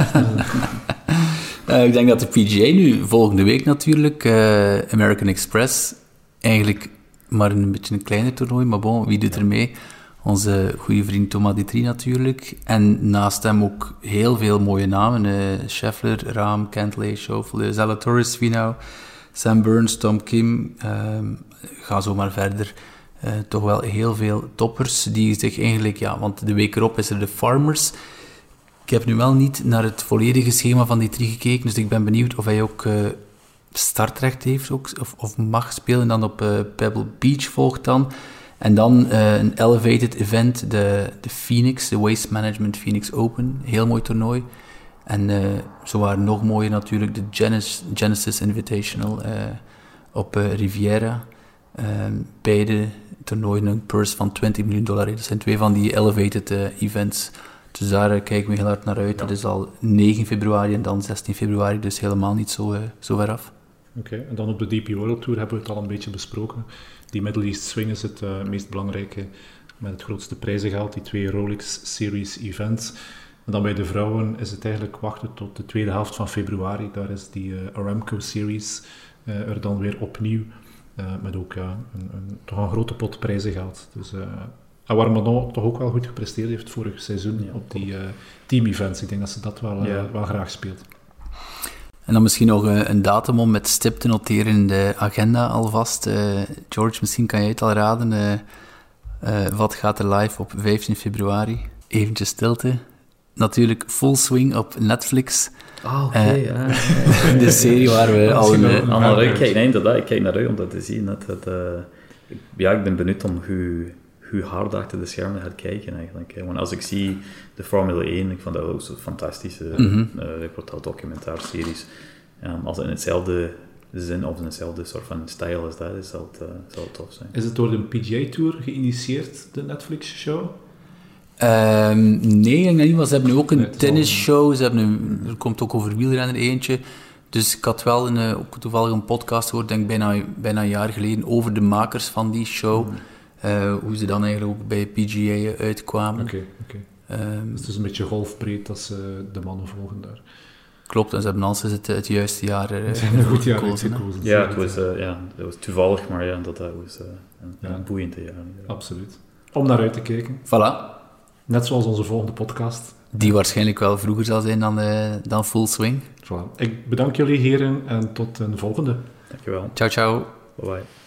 uh, ik denk dat de P G A nu, volgende week natuurlijk, uh, American Express, eigenlijk maar een beetje een kleiner toernooi, maar bon, wie doet er mee? Onze goede vriend Thomas Detry natuurlijk. En naast hem ook heel veel mooie namen. Uh, Scheffler, Rahm, Cantlay, Schauffele, Zalatoris, Finau, Sam Burns, Tom Kim, uh, ga zo maar verder. Uh, toch wel heel veel toppers die zich eigenlijk... Ja, want de week erop is er de Farmers. Ik heb nu wel niet naar het volledige schema van die drie gekeken, dus ik ben benieuwd of hij ook uh, startrecht heeft ook, of, of mag spelen. Dan op uh, Pebble Beach volgt dan. En dan uh, een elevated event, de, de Phoenix, de Waste Management Phoenix Open. Heel mooi toernooi. En uh, zo waren nog mooier natuurlijk de Genesis, Genesis Invitational uh, op uh, Riviera. Uh, beide toernooien een purse van twintig miljoen dollar. Dat zijn twee van die elevated uh, events. Dus daar uh, kijken we heel hard naar uit. Ja. Dat is al negen februari en dan zestien februari, dus helemaal niet zo, uh, zo ver af. Oké, okay. En dan op de D P World Tour hebben we het al een beetje besproken. Die Middle East Swing is het uh, meest belangrijke met het grootste prijzengeld, die twee Rolex Series events. En dan bij de vrouwen is het eigenlijk wachten tot de tweede helft van februari. Daar is die uh, Aramco Series uh, er dan weer opnieuw. Uh, met ook ja, een, een, toch een grote pot prijzengeld. Dus, uh, en waar Manon toch ook wel goed gepresteerd heeft vorig seizoen ja, op die uh, team-events. Ik denk dat ze dat wel, uh, ja. wel graag speelt. En dan misschien nog uh, een datum om met stip te noteren in de agenda alvast. Uh, George, misschien kan jij het al raden. Uh, uh, wat gaat er live op vijftien februari? Eventjes stilte. Natuurlijk Full Swing op Netflix. Oh, oké. Okay, uh, ja, ja. De serie waar we al een... Uh, Allemaal uit. Kijk, nee, inderdaad, ik kijk naar uit om dat te zien. Dat, dat, uh, ja, ik ben benieuwd om hoe, hoe hard achter de schermen gaat kijken eigenlijk. Want als ik zie de Formule één, ik vond dat ook zo'n fantastische mm-hmm. uh, reportage-documentaarseries. Um, als het in hetzelfde zin of in hetzelfde soort van stijl als dat is, zal het, uh, zal het tof zijn. Is het door de P G A Tour geïnitieerd, de Netflix-show? Um, nee, ik denk dat niet, maar ze hebben nu ook een nee, tennisshow, ze hebben een, er komt ook over wielrennen eentje. Dus ik had wel een, ook toevallig een podcast gehoord, denk bijna, bijna een jaar geleden, over de makers van die show. Mm. Uh, hoe ze dan eigenlijk ook bij P G A uitkwamen. Oké, okay, okay. um, dus het is een beetje golfbreed dat ze de mannen volgen daar. Klopt, en ze hebben alles het, het juiste jaar uh, Ze hebben een goed jaar gekozen, uitgekozen. Ja, het was, uh, ja, dat was toevallig, maar ja, dat, dat was uh, een, ja. een boeiend jaar. Absoluut. Om naar uit te kijken. Voilà. Net zoals onze volgende podcast. Die waarschijnlijk wel vroeger zal zijn dan, uh, dan Full Swing. Voilà. Ik bedank jullie heren en tot een volgende. Dankjewel. Ciao, ciao. Bye bye.